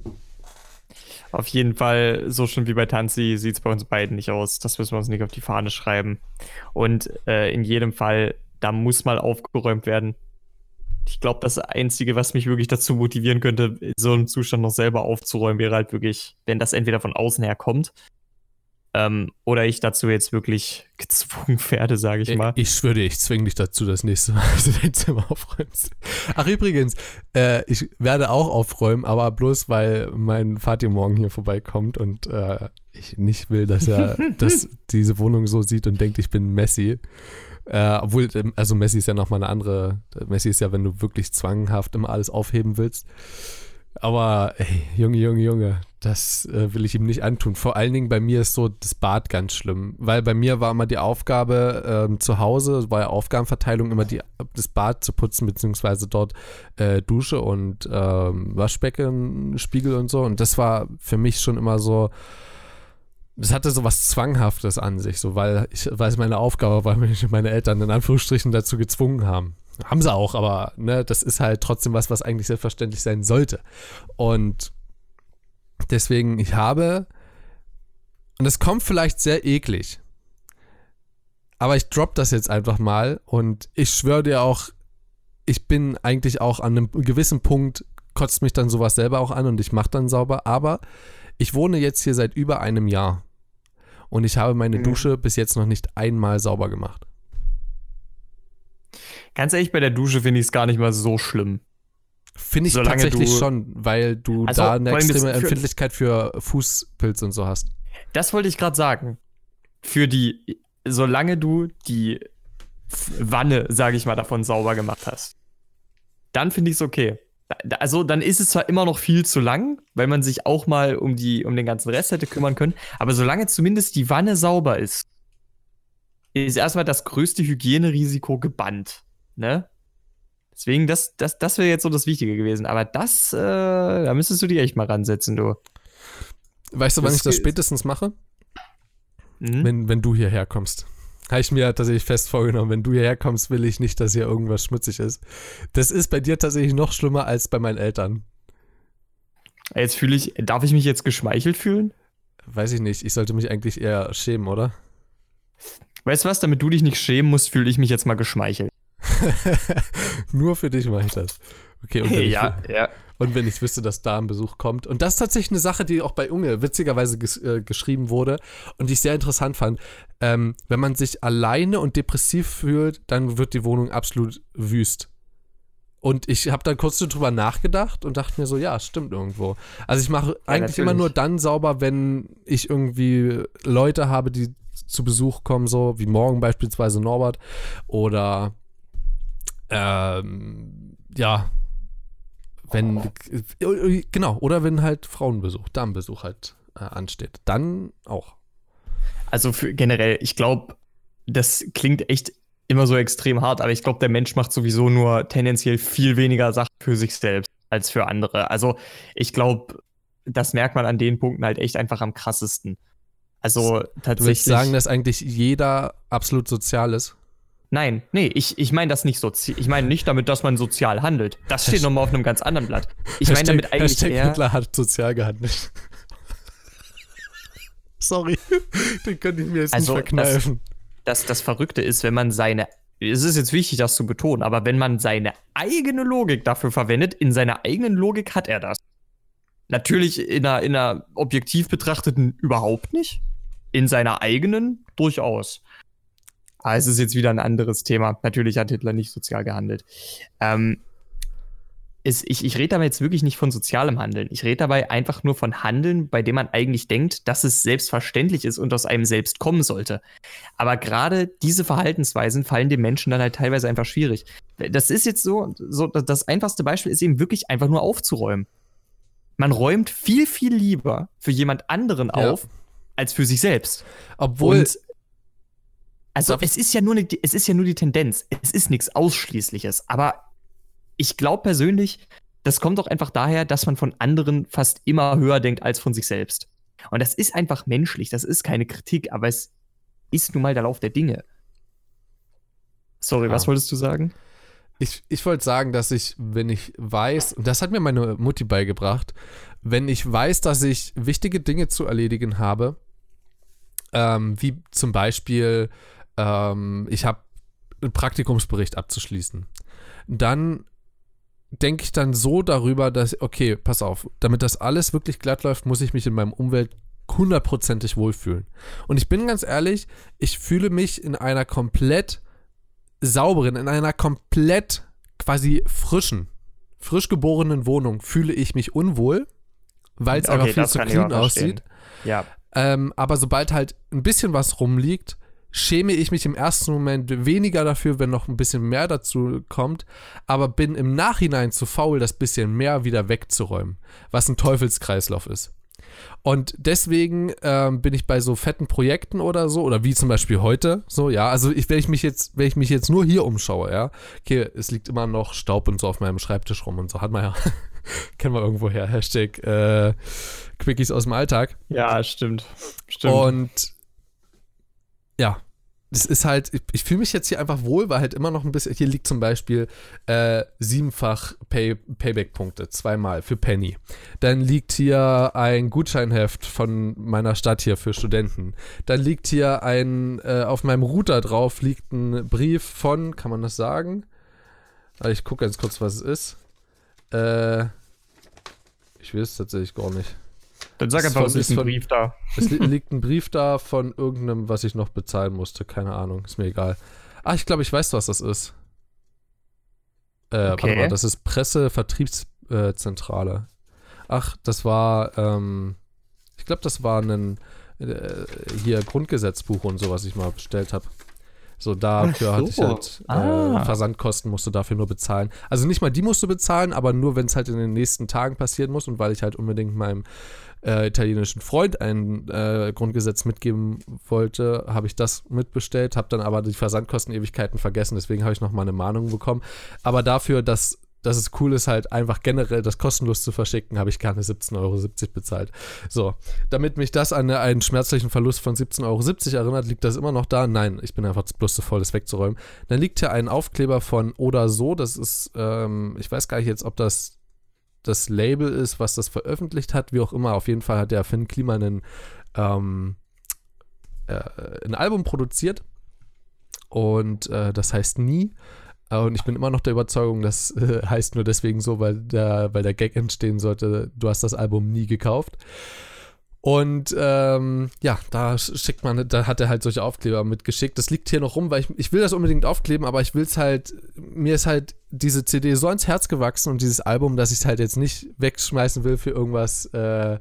Auf jeden Fall, so schlimm wie bei Tanzi, sieht es bei uns beiden nicht aus. Das müssen wir uns nicht auf die Fahne schreiben. Und äh, in jedem Fall, da muss mal aufgeräumt werden. Ich glaube, das Einzige, was mich wirklich dazu motivieren könnte, so einen Zustand noch selber aufzuräumen, wäre halt wirklich, wenn das entweder von außen her kommt ähm, oder ich dazu jetzt wirklich gezwungen werde, sage ich mal. Ich schwöre dir, ich zwinge dich dazu, das nächste Mal, dass du dein Zimmer aufräumst. Ach übrigens, äh, ich werde auch aufräumen, aber bloß, weil mein Vati morgen hier vorbeikommt und äh, ich nicht will, dass er dass diese Wohnung so sieht und denkt, ich bin Messi. Äh, obwohl, also Messi ist ja nochmal eine andere, Messi ist ja, wenn du wirklich zwanghaft immer alles aufheben willst. Aber, ey, Junge, Junge, Junge, das äh, will ich ihm nicht antun. Vor allen Dingen bei mir ist so das Bad ganz schlimm, weil bei mir war immer die Aufgabe ähm, zu Hause, war ja Aufgabenverteilung, immer die, das Bad zu putzen, beziehungsweise dort äh, Dusche und ähm, Waschbecken, Spiegel und so. Und das war für mich schon immer so, das hatte so was Zwanghaftes an sich, so, weil, ich, weil es meine Aufgabe war, weil mich meine Eltern in Anführungsstrichen dazu gezwungen haben. Haben sie auch, aber ne, das ist halt trotzdem was, was eigentlich selbstverständlich sein sollte. Und deswegen, ich habe, und es kommt vielleicht sehr eklig, aber ich drop das jetzt einfach mal und ich schwöre dir auch, ich bin eigentlich auch an einem gewissen Punkt, kotzt mich dann sowas selber auch an und ich mache dann sauber, aber Ich wohne jetzt hier seit über einem Jahr und ich habe meine Mhm. Dusche bis jetzt noch nicht einmal sauber gemacht. Ganz ehrlich, bei der Dusche finde ich es gar nicht mal so schlimm. Finde ich Solange tatsächlich du- schon, weil du Also, da eine vor allem extreme jetzt für- Empfindlichkeit für Fußpilz und so hast. Das wollte ich gerade sagen. Für die, solange du die F- Wanne, sage ich mal, davon sauber gemacht hast, dann finde ich es okay. Da- Also dann ist es zwar immer noch viel zu lang, weil man sich auch mal um, die, um den ganzen Rest hätte kümmern können, aber solange zumindest die Wanne sauber ist, ist erstmal das größte Hygienerisiko gebannt. Ne? Deswegen, das, das, das wäre jetzt so das Wichtige gewesen. Aber das, äh, da müsstest du dich echt mal ransetzen, du. Weißt du, wann Das ich das geht- spätestens mache? Mhm. Wenn, wenn du hierher kommst. Habe ich mir tatsächlich fest vorgenommen, wenn du hierher kommst, will ich nicht, dass hier irgendwas schmutzig ist. Das ist bei dir tatsächlich noch schlimmer als bei meinen Eltern. Jetzt fühle ich, darf ich mich jetzt geschmeichelt fühlen? Weiß ich nicht, ich sollte mich eigentlich eher schämen, oder? Weißt du was, damit du dich nicht schämen musst, fühle ich mich jetzt mal geschmeichelt. Nur für dich mache ich das. Okay, und wenn, ja, ich, ja. und wenn ich wüsste, dass da ein Besuch kommt. Und das ist tatsächlich eine Sache, die auch bei Unge witzigerweise ges, äh, geschrieben wurde und die ich sehr interessant fand. Ähm, wenn man sich alleine und depressiv fühlt, dann wird die Wohnung absolut wüst. Und ich habe dann kurz drüber nachgedacht und dachte mir so, ja, stimmt irgendwo. Also ich mache eigentlich natürlich. immer nur dann sauber, wenn ich irgendwie Leute habe, die zu Besuch kommen, so wie morgen beispielsweise Norbert oder ähm, ja, wenn, äh, genau, oder wenn halt Frauenbesuch, Damenbesuch halt äh, ansteht. Dann auch. Also für generell, ich glaube, das klingt echt immer so extrem hart, aber ich glaube, der Mensch macht sowieso nur tendenziell viel weniger Sachen für sich selbst als für andere. Also ich glaube, das merkt man an den Punkten halt echt einfach am krassesten. Also Du tatsächlich. willst sagen, dass eigentlich jeder absolut sozial ist? Nein, nee, ich, ich meine das nicht so. Ich meine nicht damit, dass man sozial handelt. Das steht nochmal auf einem ganz anderen Blatt. Ich meine damit eigentlich Hashtag eher. Hitler hat sozial gehandelt. Sorry, den könnte ich mir jetzt Also, nicht verkneifen. Das, das Verrückte ist, wenn man seine, es ist jetzt wichtig, das zu betonen, aber wenn man seine eigene Logik dafür verwendet, in seiner eigenen Logik hat er das. Natürlich in einer, in einer objektiv betrachteten überhaupt nicht. In seiner eigenen durchaus. Aber es ist jetzt wieder ein anderes Thema. Natürlich hat Hitler nicht sozial gehandelt. Ähm, es, ich ich rede dabei jetzt wirklich nicht von sozialem Handeln. Ich rede dabei einfach nur von Handeln, bei dem man eigentlich denkt, dass es selbstverständlich ist und aus einem selbst kommen sollte. Aber gerade diese Verhaltensweisen fallen dem Menschen dann halt teilweise einfach schwierig. Das ist jetzt so, so, das einfachste Beispiel ist eben wirklich einfach nur aufzuräumen. Man räumt viel, viel lieber für jemand anderen Ja. auf, als für sich selbst. Obwohl, Und also es ist ja nur eine, es ist ja nur die Tendenz. Es ist nichts Ausschließliches. Aber ich glaube persönlich, das kommt doch einfach daher, dass man von anderen fast immer höher denkt als von sich selbst. Und das ist einfach menschlich. Das ist keine Kritik, aber es ist nun mal der Lauf der Dinge. Sorry, Ja. was wolltest du sagen? ich, ich wollte sagen, dass ich, wenn ich weiß, und das hat mir meine Mutti beigebracht, wenn ich weiß, dass ich wichtige Dinge zu erledigen habe, ähm, wie zum Beispiel, ähm, ich habe einen Praktikumsbericht abzuschließen, dann denke ich dann so darüber, dass, okay, pass auf, damit das alles wirklich glatt läuft, muss ich mich in meinem Umfeld hundertprozentig wohlfühlen. Und ich bin ganz ehrlich, ich fühle mich in einer komplett sauberen, in einer komplett quasi frischen, frisch geborenen Wohnung fühle ich mich unwohl, weil es Okay, einfach viel das zu kann ich clean auch verstehen. aussieht. Ja. Ähm, aber sobald halt ein bisschen was rumliegt, schäme ich mich im ersten Moment weniger dafür, wenn noch ein bisschen mehr dazu kommt, aber bin im Nachhinein zu faul, das bisschen mehr wieder wegzuräumen, was ein Teufelskreislauf ist. Und deswegen ähm, bin ich bei so fetten Projekten oder so, oder wie zum Beispiel heute, so, ja, also ich, wenn ich mich jetzt, wenn ich mich jetzt nur hier umschaue, ja, okay, es liegt immer noch Staub und so auf meinem Schreibtisch rum und so, hat man ja, kennen wir irgendwo her, Hashtag äh, Quickies aus dem Alltag. Ja, stimmt. Stimmt. Und ja, das ist halt, ich, ich fühle mich jetzt hier einfach wohl, weil halt immer noch ein bisschen, hier liegt zum Beispiel äh, siebenfach Pay, Payback-Punkte, zweimal für Penny. Dann liegt hier ein Gutscheinheft von meiner Stadt hier für Studenten. Dann liegt hier ein, äh, auf meinem Router drauf liegt ein Brief von, kann man das sagen? Also ich gucke ganz kurz, was es ist. Äh, ich weiß es tatsächlich gar nicht. Dann sag Das einfach, von- es ist ist ein von- Brief da. Es li liegt ein Brief da von irgendeinem, was ich noch bezahlen musste. Keine Ahnung, ist mir egal. Ah, ich glaube, ich weiß, was das ist. Äh, Okay. warte mal, das ist Presse-Vertriebszentrale. Ach, das war, ähm, ich glaube, das war ein äh, hier Grundgesetzbuch und so, was ich mal bestellt habe. So, dafür Ach hatte ich so. halt äh, Ah. Versandkosten, musst du dafür nur bezahlen. Also nicht mal die musst du bezahlen, aber nur, wenn es halt in den nächsten Tagen passieren muss und weil ich halt unbedingt meinem äh, italienischen Freund ein äh, Grundgesetz mitgeben wollte, habe ich das mitbestellt, habe dann aber die Versandkosten Ewigkeiten vergessen, deswegen habe ich nochmal eine Mahnung bekommen. Aber dafür, dass, dass es cool ist, halt einfach generell das kostenlos zu verschicken, habe ich keine siebzehn Euro siebzig bezahlt. So, damit mich das an einen schmerzlichen Verlust von siebzehn Euro siebzig erinnert, liegt das immer noch da? Nein, ich bin einfach bloß zu voll, das wegzuräumen. Dann liegt hier ein Aufkleber von Oder So, das ist, ähm, ich weiß gar nicht jetzt, ob das das Label ist, was das veröffentlicht hat, wie auch immer. Auf jeden Fall hat der Finn Kliman ein, ähm, äh, ein Album produziert und äh, das heißt Nie. Und ich bin immer noch der Überzeugung, das äh, heißt nur deswegen so, weil der, weil der Gag entstehen sollte, du hast das Album nie gekauft. Und ähm, ja, da schickt man, da hat er halt solche Aufkleber mitgeschickt. Das liegt hier noch rum, weil ich, ich will das unbedingt aufkleben, aber ich will es halt, mir ist halt diese C D so ans Herz gewachsen und dieses Album, dass ich es halt jetzt nicht wegschmeißen will für irgendwas, äh,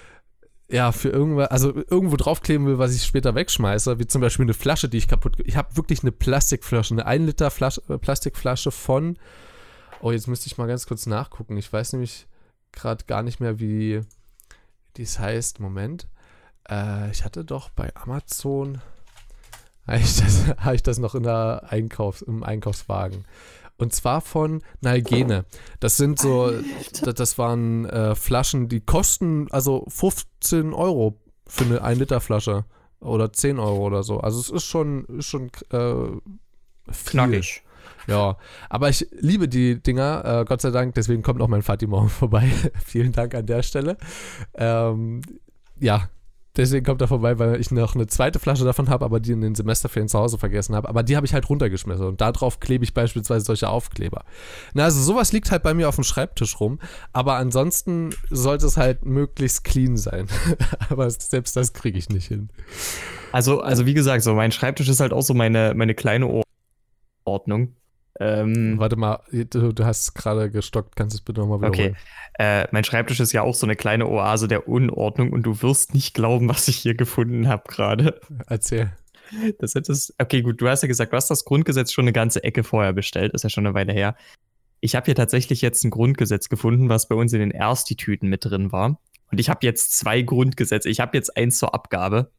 ja, für irgendwas, also irgendwo draufkleben will, was ich später wegschmeiße, wie zum Beispiel eine Flasche, die ich kaputt, ich habe wirklich eine Plastikflasche, eine ein Liter Flasche, äh, Plastikflasche von, oh, jetzt müsste ich mal ganz kurz nachgucken, ich weiß nämlich gerade gar nicht mehr, wie dies heißt, Moment, äh, ich hatte doch bei Amazon, habe ich, das, hab ich das noch in der Einkaufs-, im Einkaufswagen. Und zwar von Nalgene. Das sind so, das, das waren äh, Flaschen, die kosten also fünfzehn Euro für eine ein Liter Flasche. Oder zehn Euro oder so. Also es ist schon, ist schon äh, viel. Knackig. Ja, aber ich liebe die Dinger, äh, Gott sei Dank, deswegen kommt auch mein Vati morgen vorbei. Vielen Dank an der Stelle. Ähm, ja, deswegen kommt er vorbei, weil ich noch eine zweite Flasche davon habe, aber die in den Semesterferien zu Hause vergessen habe. Aber die habe ich halt runtergeschmissen und darauf klebe ich beispielsweise solche Aufkleber. Na, also sowas liegt halt bei mir auf dem Schreibtisch rum, aber ansonsten sollte es halt möglichst clean sein. Aber selbst das kriege ich nicht hin. Also, also wie gesagt, so mein Schreibtisch ist halt auch so meine, meine kleine Ordnung. Ähm, Warte mal, du, du hast gerade gestockt, kannst du es bitte nochmal wiederholen? Okay. Äh, mein Schreibtisch ist ja auch so eine kleine Oase der Unordnung und du wirst nicht glauben, was ich hier gefunden habe gerade. Erzähl. Das hättest, okay, gut, du hast ja gesagt, du hast das Grundgesetz schon eine ganze Ecke vorher bestellt, ist ja schon eine Weile her. Ich habe hier tatsächlich jetzt ein Grundgesetz gefunden, was bei uns in den Ersti-Tüten mit drin war. Und ich habe jetzt zwei Grundgesetze. Ich habe jetzt eins zur Abgabe.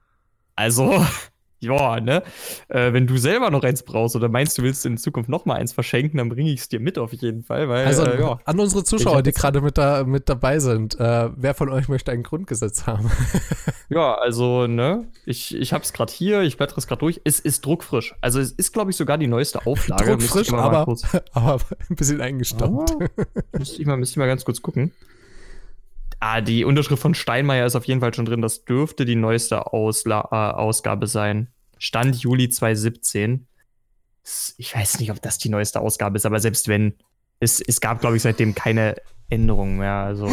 Also, ja, ne? Äh, wenn du selber noch eins brauchst oder meinst, du willst in Zukunft noch mal eins verschenken, dann bringe ich es dir mit auf jeden Fall. Weil, Also äh, ja. an unsere Ich Zuschauer, hab die jetzt- gerade mit, da, mit dabei sind, äh, wer von euch möchte ein Grundgesetz haben? Ja, also, ne, ich, ich hab's gerade hier, ich blättere es gerade durch. Es ist druckfrisch. Also, es ist, glaube ich, sogar die neueste Auflage. Müsste Druckfrisch, ich mal aber, kurz- aber ein bisschen eingestaubt. Ah, müsste ich mal, müsste ich mal ganz kurz gucken. Ah, die Unterschrift von Steinmeier ist auf jeden Fall schon drin. Das dürfte die neueste Ausla äh, Ausgabe sein. Stand Juli zwanzig siebzehn. S- Ich weiß nicht, ob das die neueste Ausgabe ist, aber selbst wenn, es, es gab, glaube ich, seitdem keine Änderungen mehr. Also,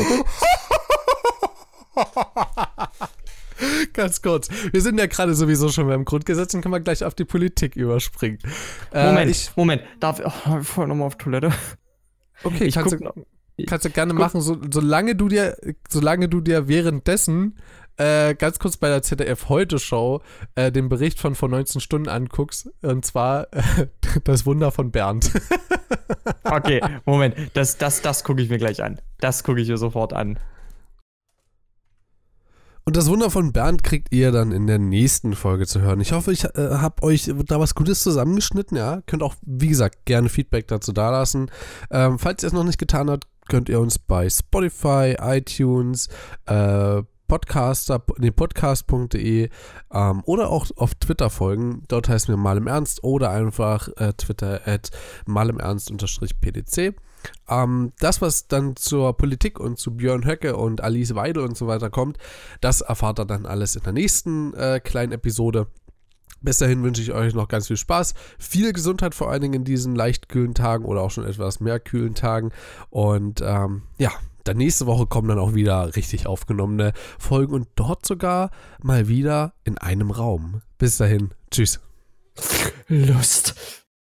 Ganz kurz. Wir sind ja gerade sowieso schon beim Grundgesetz und können wir gleich auf die Politik überspringen. Äh, Moment, ich, Moment. Darf oh, ich vorher nochmal auf Toilette? okay, Ich kannst, guck du, noch. kannst du gerne guck- machen, so, solange du dir, solange du dir währenddessen äh, ganz kurz bei der Z D F-Heute-Show äh, den Bericht von vor neunzehn Stunden anguckst, und zwar äh, das Wunder von Bernd. Okay, Moment. Das, das, das gucke ich mir gleich an. Das gucke ich mir sofort an. Und das Wunder von Bernd kriegt ihr dann in der nächsten Folge zu hören. Ich hoffe, ich äh, habe euch da was Gutes zusammengeschnitten. Ja, könnt auch, wie gesagt, gerne Feedback dazu dalassen. Ähm, falls ihr es noch nicht getan habt, könnt ihr uns bei Spotify, iTunes, äh, Podcaster, nee, podcast punkt de ähm, oder auch auf Twitter folgen. Dort heißen wir Mal im Ernst oder einfach äh, Twitter at mal im Ernst unterstrich P D C. Ähm, das, was dann zur Politik und zu Björn Höcke und Alice Weidel und so weiter kommt, das erfahrt ihr dann alles in der nächsten äh, kleinen Episode. Bis dahin wünsche ich euch noch ganz viel Spaß, viel Gesundheit vor allen Dingen in diesen leicht kühlen Tagen oder auch schon etwas mehr kühlen Tagen und ähm, ja, Dann nächste Woche kommen dann auch wieder richtig aufgenommene Folgen und dort sogar mal wieder in einem Raum. Bis dahin, tschüss. Lust.